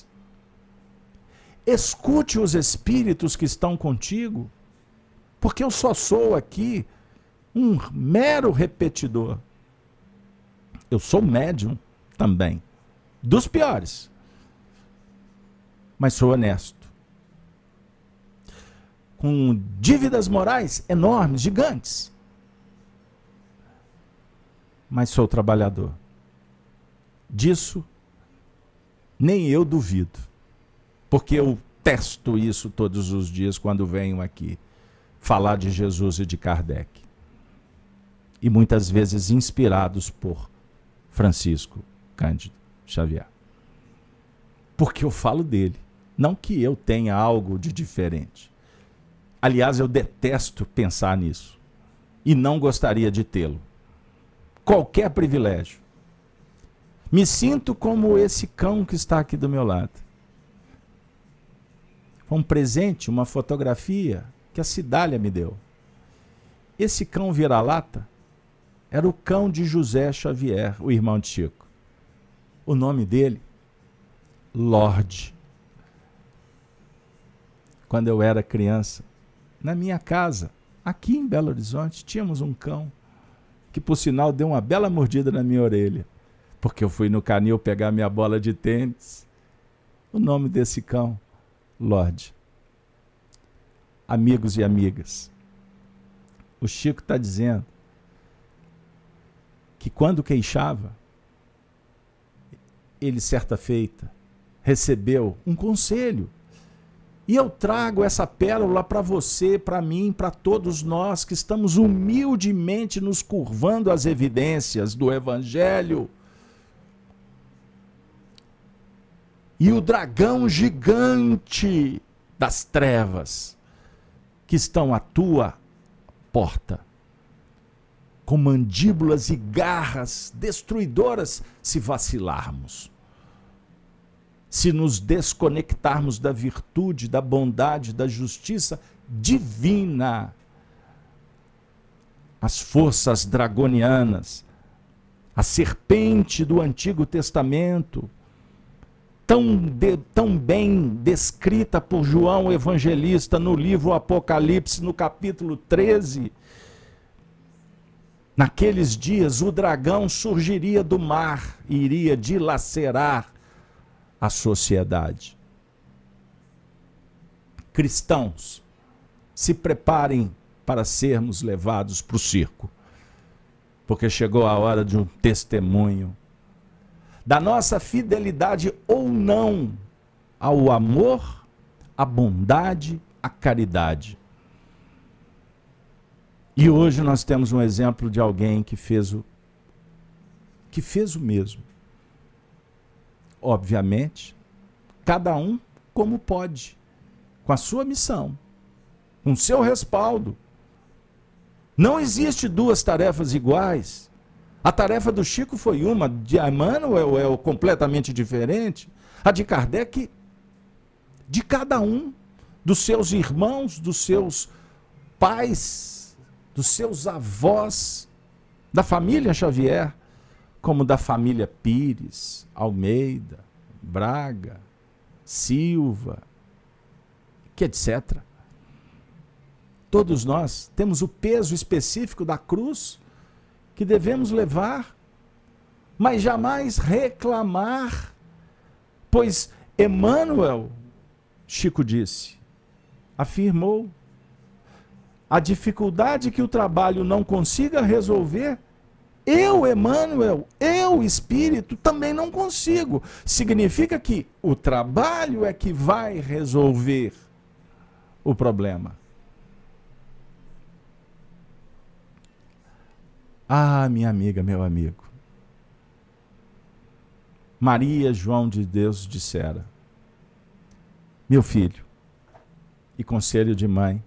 escute os espíritos que estão contigo, porque eu só sou aqui um mero repetidor. Eu sou médium também, dos piores, mas sou honesto, com dívidas morais enormes, gigantes, mas sou trabalhador. Disso nem eu duvido, porque eu testo isso todos os dias quando venho aqui falar de Jesus e de Kardec. E muitas vezes inspirados por Francisco Cândido Xavier. Porque eu falo dele, não que eu tenha algo de diferente. Aliás, eu detesto pensar nisso e não gostaria de tê-lo. Qualquer privilégio. Me sinto como esse cão que está aqui do meu lado. Foi um presente, uma fotografia que a Cidália me deu. Esse cão vira-lata era o cão de José Xavier, o irmão de Chico. O nome dele, Lorde. Quando eu era criança, na minha casa, aqui em Belo Horizonte, tínhamos um cão que, por sinal, deu uma bela mordida na minha orelha, porque eu fui no canil pegar minha bola de tênis. O nome desse cão, Lorde. Amigos e amigas, o Chico está dizendo que quando queixava, ele certa feita recebeu um conselho. E eu trago essa pérola para você, para mim, para todos nós que estamos humildemente nos curvando às evidências do Evangelho. E o dragão gigante das trevas que estão à tua porta, com mandíbulas e garras destruidoras, se vacilarmos, se nos desconectarmos da virtude, da bondade, da justiça divina. As forças dragonianas, a serpente do Antigo Testamento, tão bem descrita por João Evangelista no livro Apocalipse, no capítulo 13. Naqueles dias o dragão surgiria do mar e iria dilacerar a sociedade. Cristãos, se preparem para sermos levados para o circo, porque chegou a hora de um testemunho da nossa fidelidade ou não ao amor, à bondade, à caridade. E hoje nós temos um exemplo de alguém que fez o mesmo. Obviamente, cada um como pode, com a sua missão, com o seu respaldo. Não existe duas tarefas iguais. A tarefa do Chico foi uma, de Emmanuel é completamente diferente. A de Kardec, de cada um, dos seus irmãos, dos seus pais, dos seus avós, da família Xavier, como da família Pires, Almeida, Braga, Silva, que etc. Todos nós temos o peso específico da cruz que devemos levar, mas jamais reclamar, pois Emmanuel, Chico disse, afirmou. A dificuldade que o trabalho não consiga resolver, eu, Emmanuel, eu, Espírito, também não consigo. Significa que o trabalho é que vai resolver o problema. Ah, minha amiga, meu amigo. Maria João de Deus dissera: meu filho, e conselho de mãe,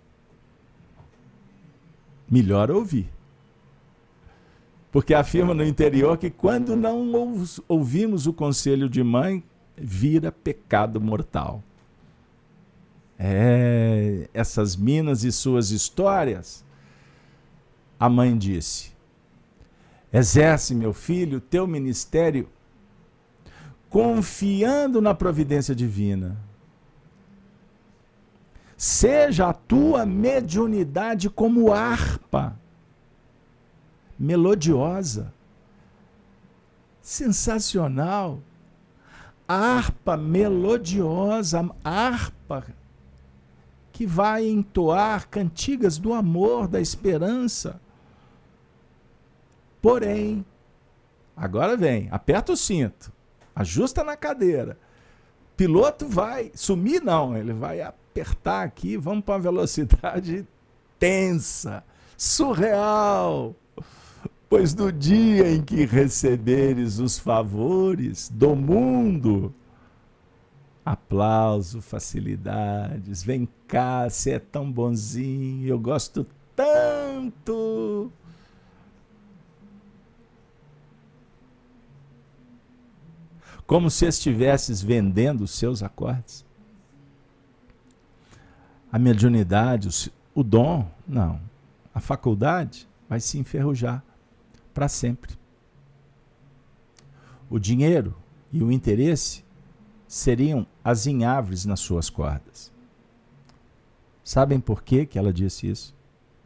melhor ouvir. Porque afirma no interior que quando não ouvimos o conselho de mãe, vira pecado mortal. Essas minas e suas histórias, a mãe disse: exerce, meu filho, teu ministério confiando na providência divina. Seja a tua mediunidade como harpa melodiosa, sensacional, a harpa melodiosa, a harpa que vai entoar cantigas do amor, da esperança. Porém, agora vem, aperta o cinto, ajusta na cadeira, piloto vai sumir não, ele vai apertar aqui, vamos para uma velocidade tensa, surreal. Pois no dia em que receberes os favores do mundo, aplauso, facilidades, vem cá, você é tão bonzinho, eu gosto tanto. Como se estivesses vendendo os seus acordes. A mediunidade, o dom, não. A faculdade vai se enferrujar para sempre. O dinheiro e o interesse seriam azinhavres nas suas cordas. Sabem por que ela disse isso?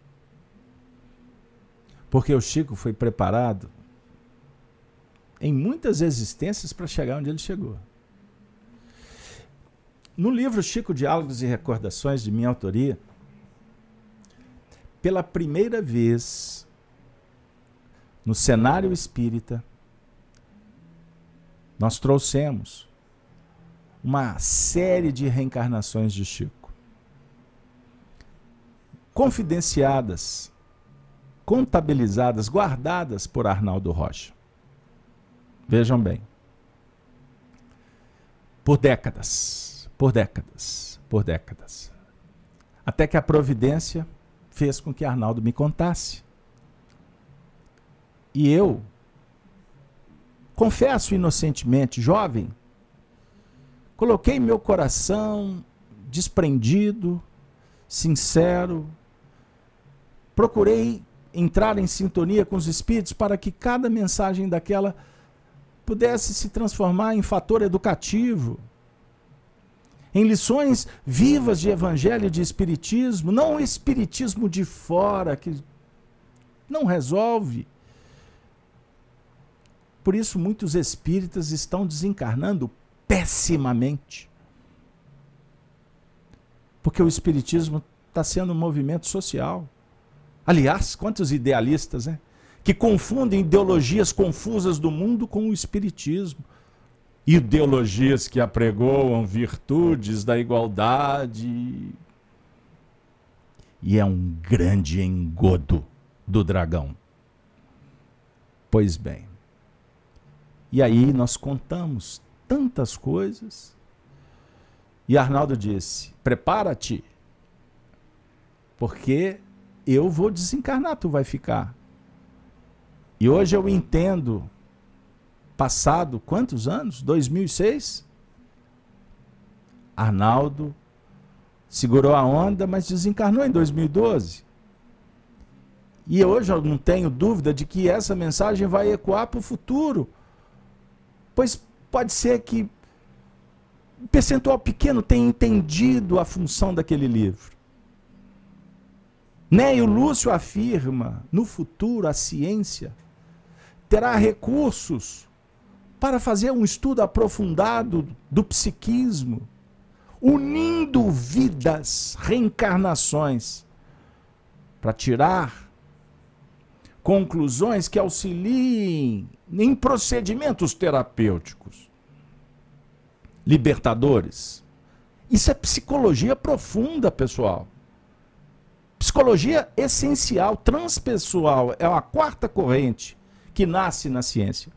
Porque o Chico foi preparado em muitas existências para chegar onde ele chegou. No livro Chico Diálogos e Recordações, de minha autoria, pela primeira vez no cenário espírita, nós trouxemos uma série de reencarnações de Chico, confidenciadas, contabilizadas, guardadas por Arnaldo Rocha. Vejam bem. Por décadas, por décadas, por décadas. Até que a providência fez com que Arnaldo me contasse. E eu, confesso inocentemente, jovem, coloquei meu coração desprendido, sincero, procurei entrar em sintonia com os espíritos para que cada mensagem daquela pudesse se transformar em fator educativo, em lições vivas de evangelho e de espiritismo, não o espiritismo de fora que não resolve. Por isso muitos espíritas estão desencarnando pessimamente. Porque o espiritismo está sendo um movimento social. Aliás, quantos idealistas, né? Que confundem ideologias confusas do mundo com o espiritismo. Ideologias que apregoam virtudes da igualdade. E é um grande engodo do dragão. Pois bem. E aí nós contamos tantas coisas. E Arnaldo disse: prepara-te, porque eu vou desencarnar, tu vai ficar. E hoje eu entendo, passado quantos anos? 2006? Arnaldo segurou a onda, mas desencarnou em 2012. E hoje eu não tenho dúvida de que essa mensagem vai ecoar para o futuro. Pois pode ser que um percentual pequeno tenha entendido a função daquele livro. Neio Lúcio afirma, no futuro a ciência terá recursos para fazer um estudo aprofundado do psiquismo, unindo vidas, reencarnações, para tirar conclusões que auxiliem em procedimentos terapêuticos, libertadores. Isso é psicologia profunda, pessoal. Psicologia essencial, transpessoal, é a quarta corrente que nasce na ciência.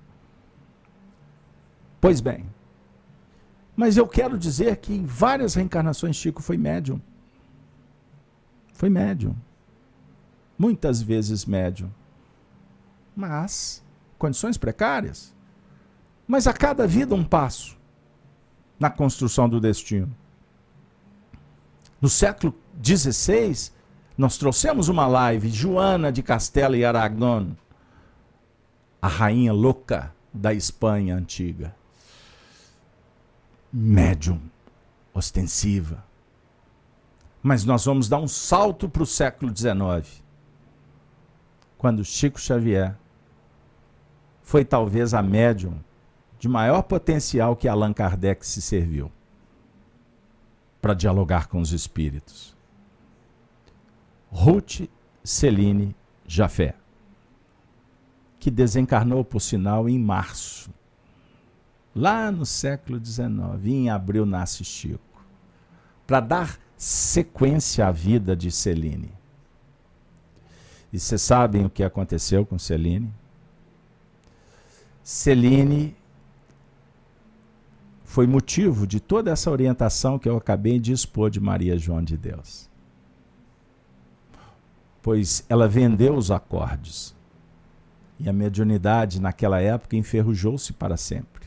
Pois bem, mas eu quero dizer que em várias reencarnações Chico foi médium. Foi médium. Muitas vezes médium. Mas, condições precárias. Mas a cada vida um passo na construção do destino. No século XVI, nós trouxemos uma live, Joana de Castela e Aragão, a rainha louca da Espanha antiga. Médium, ostensiva. Mas nós vamos dar um salto para o século XIX, quando Chico Xavier foi talvez a médium de maior potencial que Allan Kardec se serviu para dialogar com os espíritos. Ruth Celine Jafé, que desencarnou, por sinal, em março, lá no século XIX, e em abril nasce Chico, para dar sequência à vida de Celine. E vocês sabem o que aconteceu com Celine? Celine foi motivo de toda essa orientação que eu acabei de expor de Maria João de Deus. Pois ela vendeu os acordes. E a mediunidade naquela época enferrujou-se para sempre.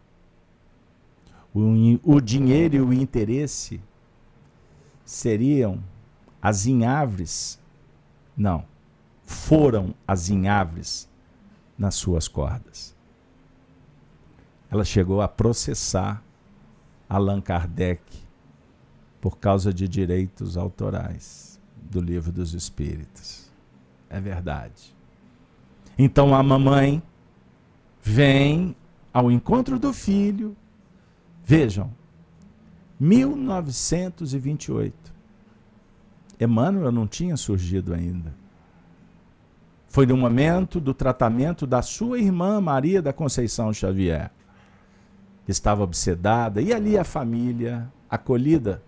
O dinheiro e o interesse seriam as inhavres, não, foram as inhavres nas suas cordas. Ela chegou a processar Allan Kardec por causa de direitos autorais do Livro dos Espíritos. É verdade. Então a mamãe vem ao encontro do filho. Vejam, 1928. Emmanuel não tinha surgido ainda. Foi no momento do tratamento da sua irmã Maria da Conceição Xavier. Estava obsedada, e ali a família, acolhida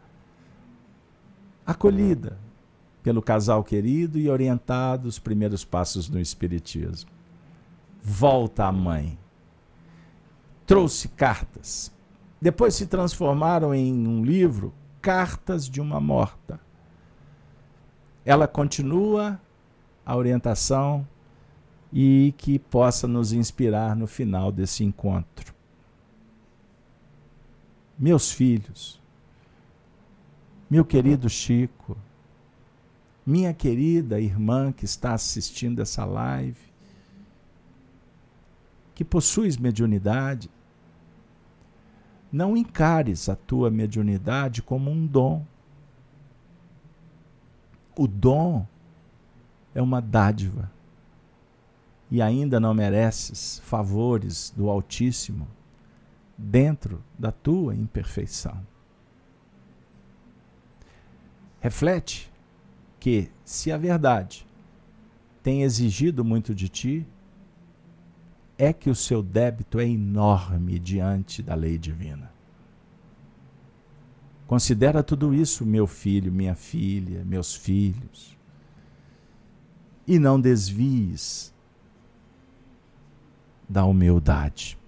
pelo casal querido e orientado os primeiros passos no Espiritismo. Volta a mãe. Trouxe cartas. Depois se transformaram em um livro, Cartas de uma Morta. Ela continua a orientação e que possa nos inspirar no final desse encontro. Meus filhos, meu querido Chico, minha querida irmã que está assistindo essa live, que possuis mediunidade, não encares a tua mediunidade como um dom. O dom é uma dádiva e ainda não mereces favores do Altíssimo dentro da tua imperfeição. Reflete que, se a verdade tem exigido muito de ti, é que o seu débito é enorme diante da lei divina. Considera tudo isso, meu filho, minha filha, meus filhos, e não desvies da humildade.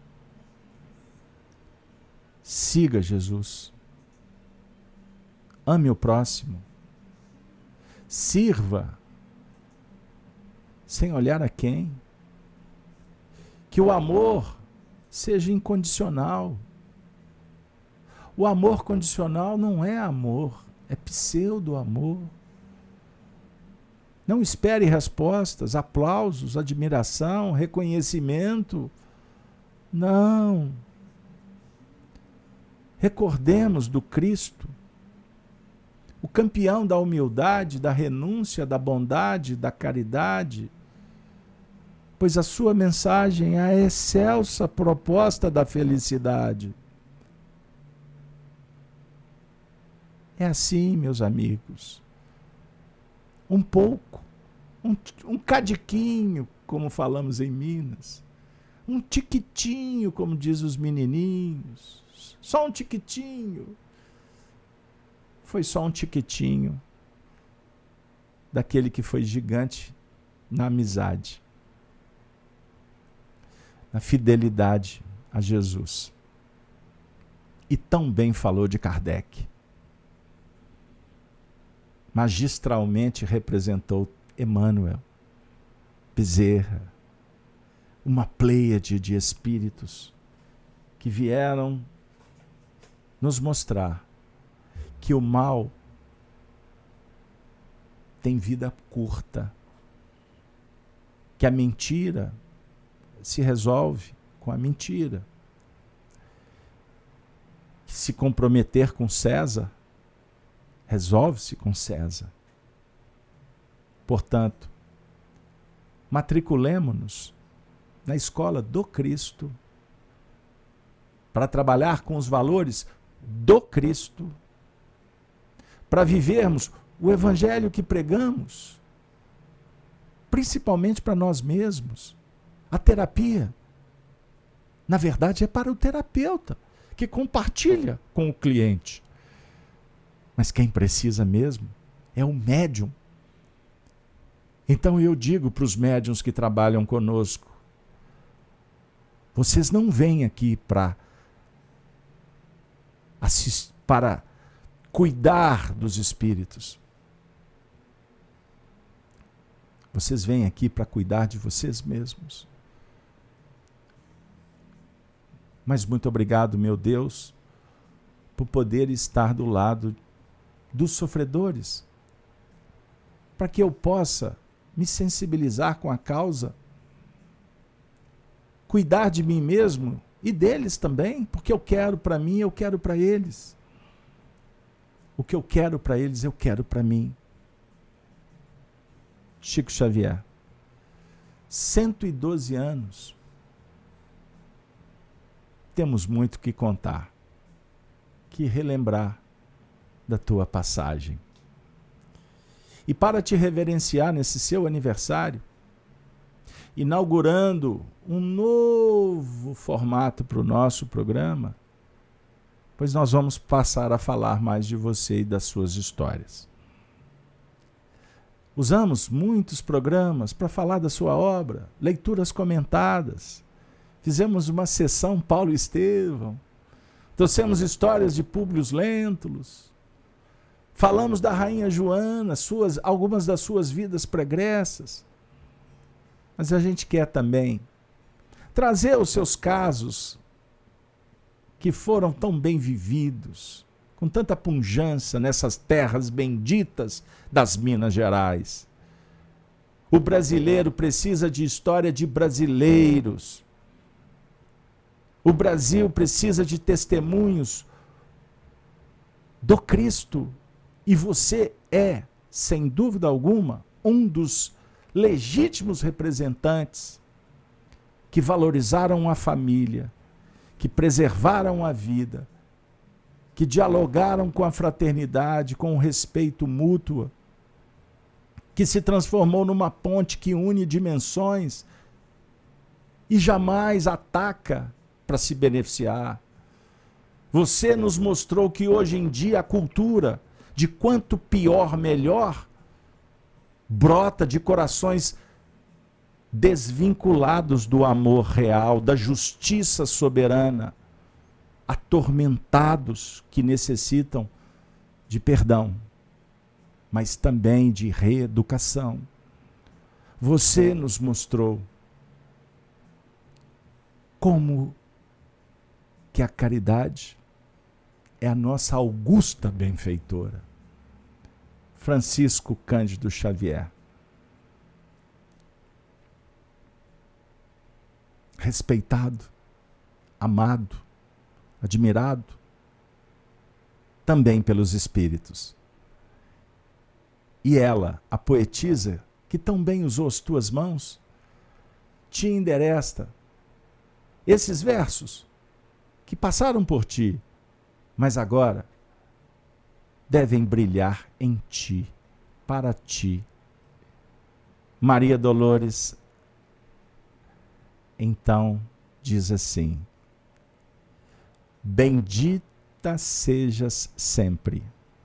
Siga Jesus. Ame o próximo. Sirva sem olhar a quem. Que o amor seja incondicional. O amor condicional não é amor, é pseudo-amor. Não espere respostas, aplausos, admiração, reconhecimento. Não. Recordemos do Cristo, o campeão da humildade, da renúncia, da bondade, da caridade, pois a sua mensagem é a excelsa proposta da felicidade. É assim, meus amigos. Um pouco, um cadiquinho, como falamos em Minas. Um tiquitinho, como diz os menininhos. Só um tiquitinho. Foi só um tiquitinho daquele que foi gigante na amizade, na fidelidade a Jesus. E tão bem falou de Kardec. Magistralmente representou Emmanuel, Bezerra, uma pleiade de espíritos que vieram nos mostrar que o mal tem vida curta, que a mentira se resolve com a mentira. Que se comprometer com César, resolve-se com César. Portanto, matriculemo-nos na escola do Cristo para trabalhar com os valores do Cristo, para vivermos o evangelho que pregamos, principalmente para nós mesmos. A terapia, na verdade, é para o terapeuta, que compartilha com o cliente. Mas quem precisa mesmo é o médium. Então eu digo para os médiuns que trabalham conosco, vocês não vêm aqui para cuidar dos espíritos. Vocês vêm aqui para cuidar de vocês mesmos. Mas muito obrigado, meu Deus, por poder estar do lado dos sofredores, para que eu possa me sensibilizar com a causa, cuidar de mim mesmo e deles também, porque eu quero para mim, eu quero para eles. O que eu quero para eles, eu quero para mim. Chico Xavier, 112 anos. Temos muito que contar, que relembrar da tua passagem. E para te reverenciar nesse seu aniversário, inaugurando um novo formato para o nosso programa, pois nós vamos passar a falar mais de você e das suas histórias. Usamos muitos programas para falar da sua obra, leituras comentadas. Fizemos uma sessão Paulo Estevão, trouxemos histórias de Públio Lentulus, falamos da Rainha Joana, algumas das suas vidas pregressas. Mas a gente quer também trazer os seus casos que foram tão bem vividos, com tanta pujança nessas terras benditas das Minas Gerais. O brasileiro precisa de história de brasileiros. O Brasil precisa de testemunhos do Cristo. E você é, sem dúvida alguma, um dos legítimos representantes que valorizaram a família, que preservaram a vida, que dialogaram com a fraternidade, com o respeito mútuo, que se transformou numa ponte que une dimensões e jamais ataca para se beneficiar. Você nos mostrou que hoje em dia a cultura de quanto pior, melhor, brota de corações desvinculados do amor real, da justiça soberana, atormentados que necessitam de perdão, mas também de reeducação. Você nos mostrou como que a caridade é a nossa augusta benfeitora. Francisco Cândido Xavier. Respeitado, amado, admirado, também pelos espíritos. E ela, a poetisa, que tão bem usou as tuas mãos, te endereça esses versos que passaram por ti, mas agora devem brilhar em ti, para ti. Maria Dolores, então, diz assim: bendita sejas sempre.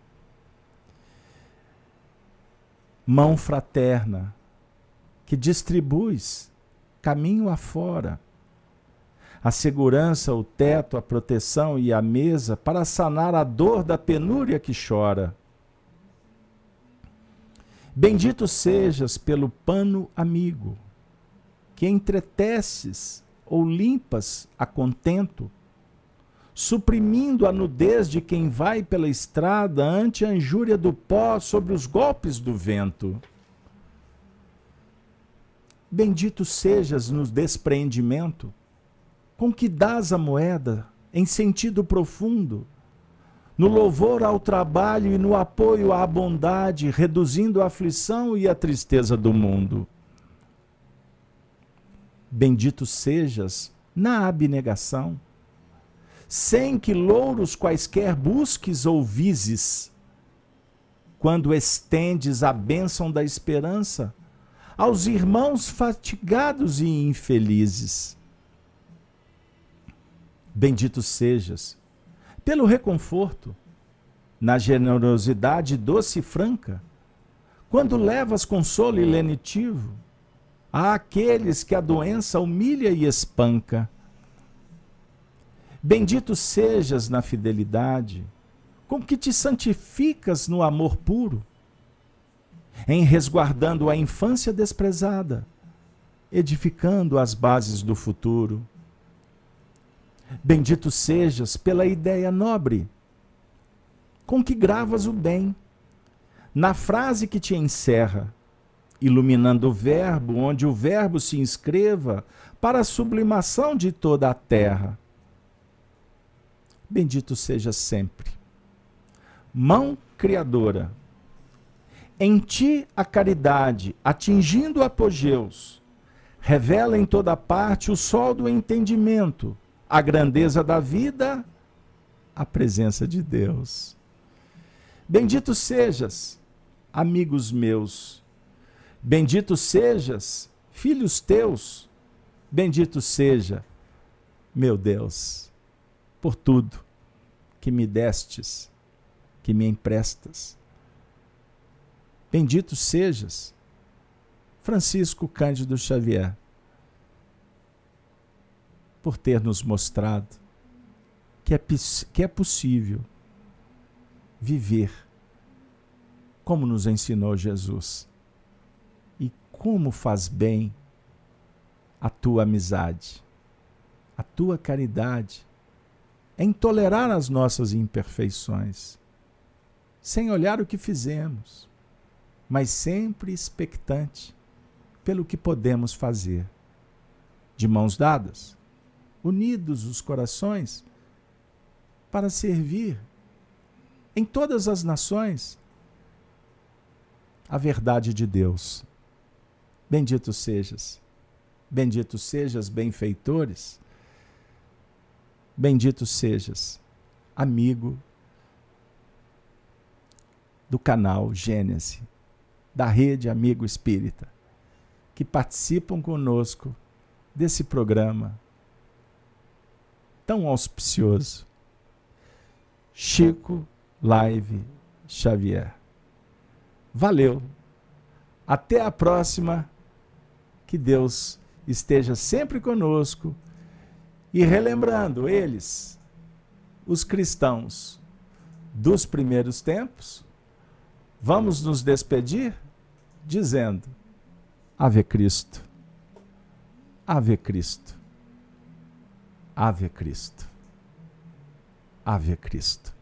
Mão fraterna, que distribuis caminho afora, a segurança, o teto, a proteção e a mesa para sanar a dor da penúria que chora. Bendito sejas pelo pano amigo, que entreteces ou limpas a contento, suprimindo a nudez de quem vai pela estrada ante a injúria do pó sobre os golpes do vento. Bendito sejas no despreendimento, com que dás a moeda em sentido profundo, no louvor ao trabalho e no apoio à bondade, reduzindo a aflição e a tristeza do mundo. Bendito sejas na abnegação, sem que louros quaisquer busques ou vises, quando estendes a bênção da esperança aos irmãos fatigados e infelizes. Bendito sejas pelo reconforto, na generosidade doce e franca, quando levas consolo e lenitivo àqueles que a doença humilha e espanca. Bendito sejas na fidelidade, com que te santificas no amor puro, em resguardando a infância desprezada, edificando as bases do futuro. Bendito sejas pela ideia nobre, com que gravas o bem, na frase que te encerra, iluminando o verbo, onde o verbo se inscreva para a sublimação de toda a terra. Bendito seja sempre. Mão criadora, em ti a caridade, atingindo apogeus, revela em toda parte o sol do entendimento, a grandeza da vida, a presença de Deus. Bendito sejas, amigos meus, bendito sejas, filhos teus, bendito seja, meu Deus, por tudo que me destes, que me emprestas. Bendito sejas, Francisco Cândido Xavier, por ter nos mostrado que é possível viver como nos ensinou Jesus e como faz bem a tua amizade, a tua caridade, em tolerar as nossas imperfeições, sem olhar o que fizemos, mas sempre expectante pelo que podemos fazer, de mãos dadas, unidos os corações, para servir em todas as nações a verdade de Deus. Bendito sejas, benfeitores, bendito sejas, amigo do canal Gênese, da Rede Amigo Espírita, que participam conosco desse programa tão auspicioso. Chico Live Xavier. Valeu. Até a próxima. Que Deus esteja sempre conosco. E relembrando eles, os cristãos dos primeiros tempos, vamos nos despedir dizendo: Ave Cristo, Ave Cristo, Ave Cristo, Ave Cristo.